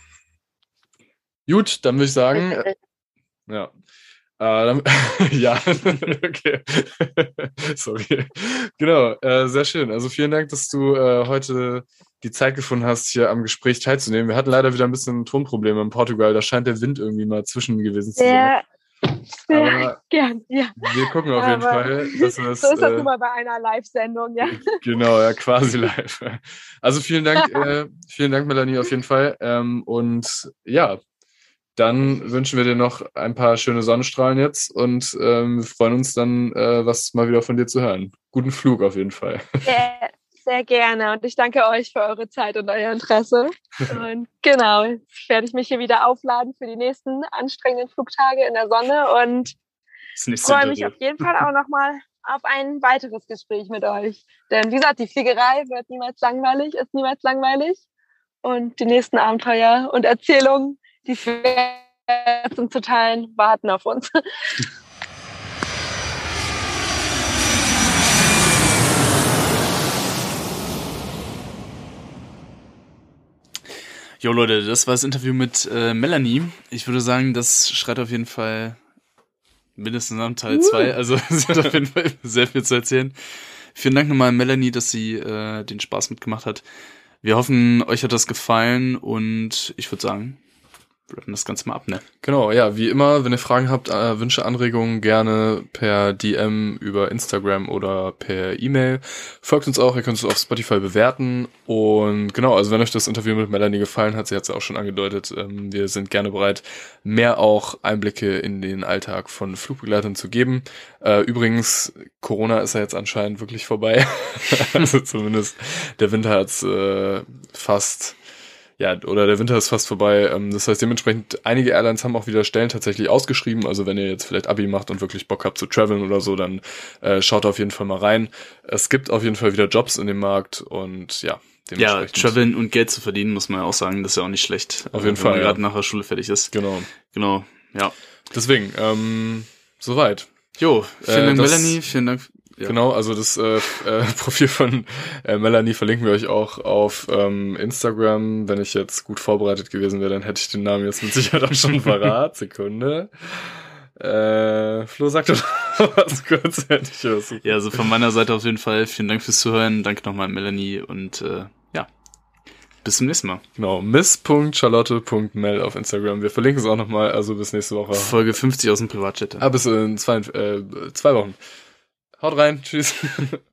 Gut, dann würde ich sagen, äh, ja, äh, dann, ja, okay, sorry, genau, äh, sehr schön. Also vielen Dank, dass du äh, heute die Zeit gefunden hast, hier am Gespräch teilzunehmen. Wir hatten leider wieder ein bisschen Tonprobleme in Portugal. Da scheint der Wind irgendwie mal zwischen gewesen zu sein. Ja, Aber gern, ja. wir gucken auf jeden Aber Fall, dass wir das... So ist das äh, nun mal bei einer Live-Sendung, ja. Genau, ja, quasi live. Also vielen Dank, äh, vielen Dank, Melanie, auf jeden Fall. Ähm, und ja, dann wünschen wir dir noch ein paar schöne Sonnenstrahlen jetzt und ähm, wir freuen uns dann, äh, was mal wieder von dir zu hören. Guten Flug auf jeden Fall. Sehr, sehr gerne. Und ich danke euch für eure Zeit und euer Interesse. Und genau, jetzt werde ich mich hier wieder aufladen für die nächsten anstrengenden Flugtage in der Sonne und Das nächste freue mich Interview. auf jeden Fall auch nochmal auf ein weiteres Gespräch mit euch. Denn wie gesagt, die Fliegerei wird niemals langweilig, ist niemals langweilig. Und die nächsten Abenteuer und Erzählungen, die wir zum zu teilen, warten auf uns. Jo Leute, das war das Interview mit äh, Melanie. Ich würde sagen, das schreit auf jeden Fall mindestens am Teil zwei. Also sie hat auf jeden Fall sehr viel zu erzählen. Vielen Dank nochmal an Melanie, dass sie äh, den Spaß mitgemacht hat. Wir hoffen, euch hat das gefallen und ich würde sagen, wir rappen das Ganze mal ab, ne? Genau, ja, wie immer, wenn ihr Fragen habt, äh, Wünsche, Anregungen, gerne per D M über Instagram oder per E-Mail. Folgt uns auch, ihr könnt uns auf Spotify bewerten. Und genau, also wenn euch das Interview mit Melanie gefallen hat, sie hat es ja auch schon angedeutet, ähm, wir sind gerne bereit, mehr auch Einblicke in den Alltag von Flugbegleitern zu geben. Äh, übrigens, Corona ist ja jetzt anscheinend wirklich vorbei. Also zumindest der Winter hat's äh, fast... Ja, oder der Winter ist fast vorbei. Das heißt, dementsprechend, einige Airlines haben auch wieder Stellen tatsächlich ausgeschrieben. Also wenn ihr jetzt vielleicht Abi macht und wirklich Bock habt zu traveln oder so, dann äh, schaut auf jeden Fall mal rein. Es gibt auf jeden Fall wieder Jobs in dem Markt und ja, Ja, dementsprechend. traveln und Geld zu verdienen, muss man ja auch sagen, das ist ja auch nicht schlecht. Auf jeden wenn Fall, man ja. gerade nach der Schule fertig ist. Genau. Genau, ja. Deswegen, ähm, soweit. Jo, vielen Äh, Dank das- Melanie, vielen Dank. Ja. Genau, also das äh, äh, Profil von äh, Melanie verlinken wir euch auch auf ähm, Instagram. Wenn ich jetzt gut vorbereitet gewesen wäre, dann hätte ich den Namen jetzt mit Sicherheit auch schon verraten. Sekunde. Äh, Flo, sag doch was kurz, hätte ich was. Ja, also von meiner Seite auf jeden Fall vielen Dank fürs Zuhören. Danke nochmal an Melanie und äh, ja, bis zum nächsten Mal. Genau, miss punkt charlotte punkt mel auf Instagram. Wir verlinken es auch nochmal, also bis nächste Woche. Folge fünfzig aus dem Privatchat. Ah, bis in zwei, äh, zwei Wochen. Haut rein, tschüss.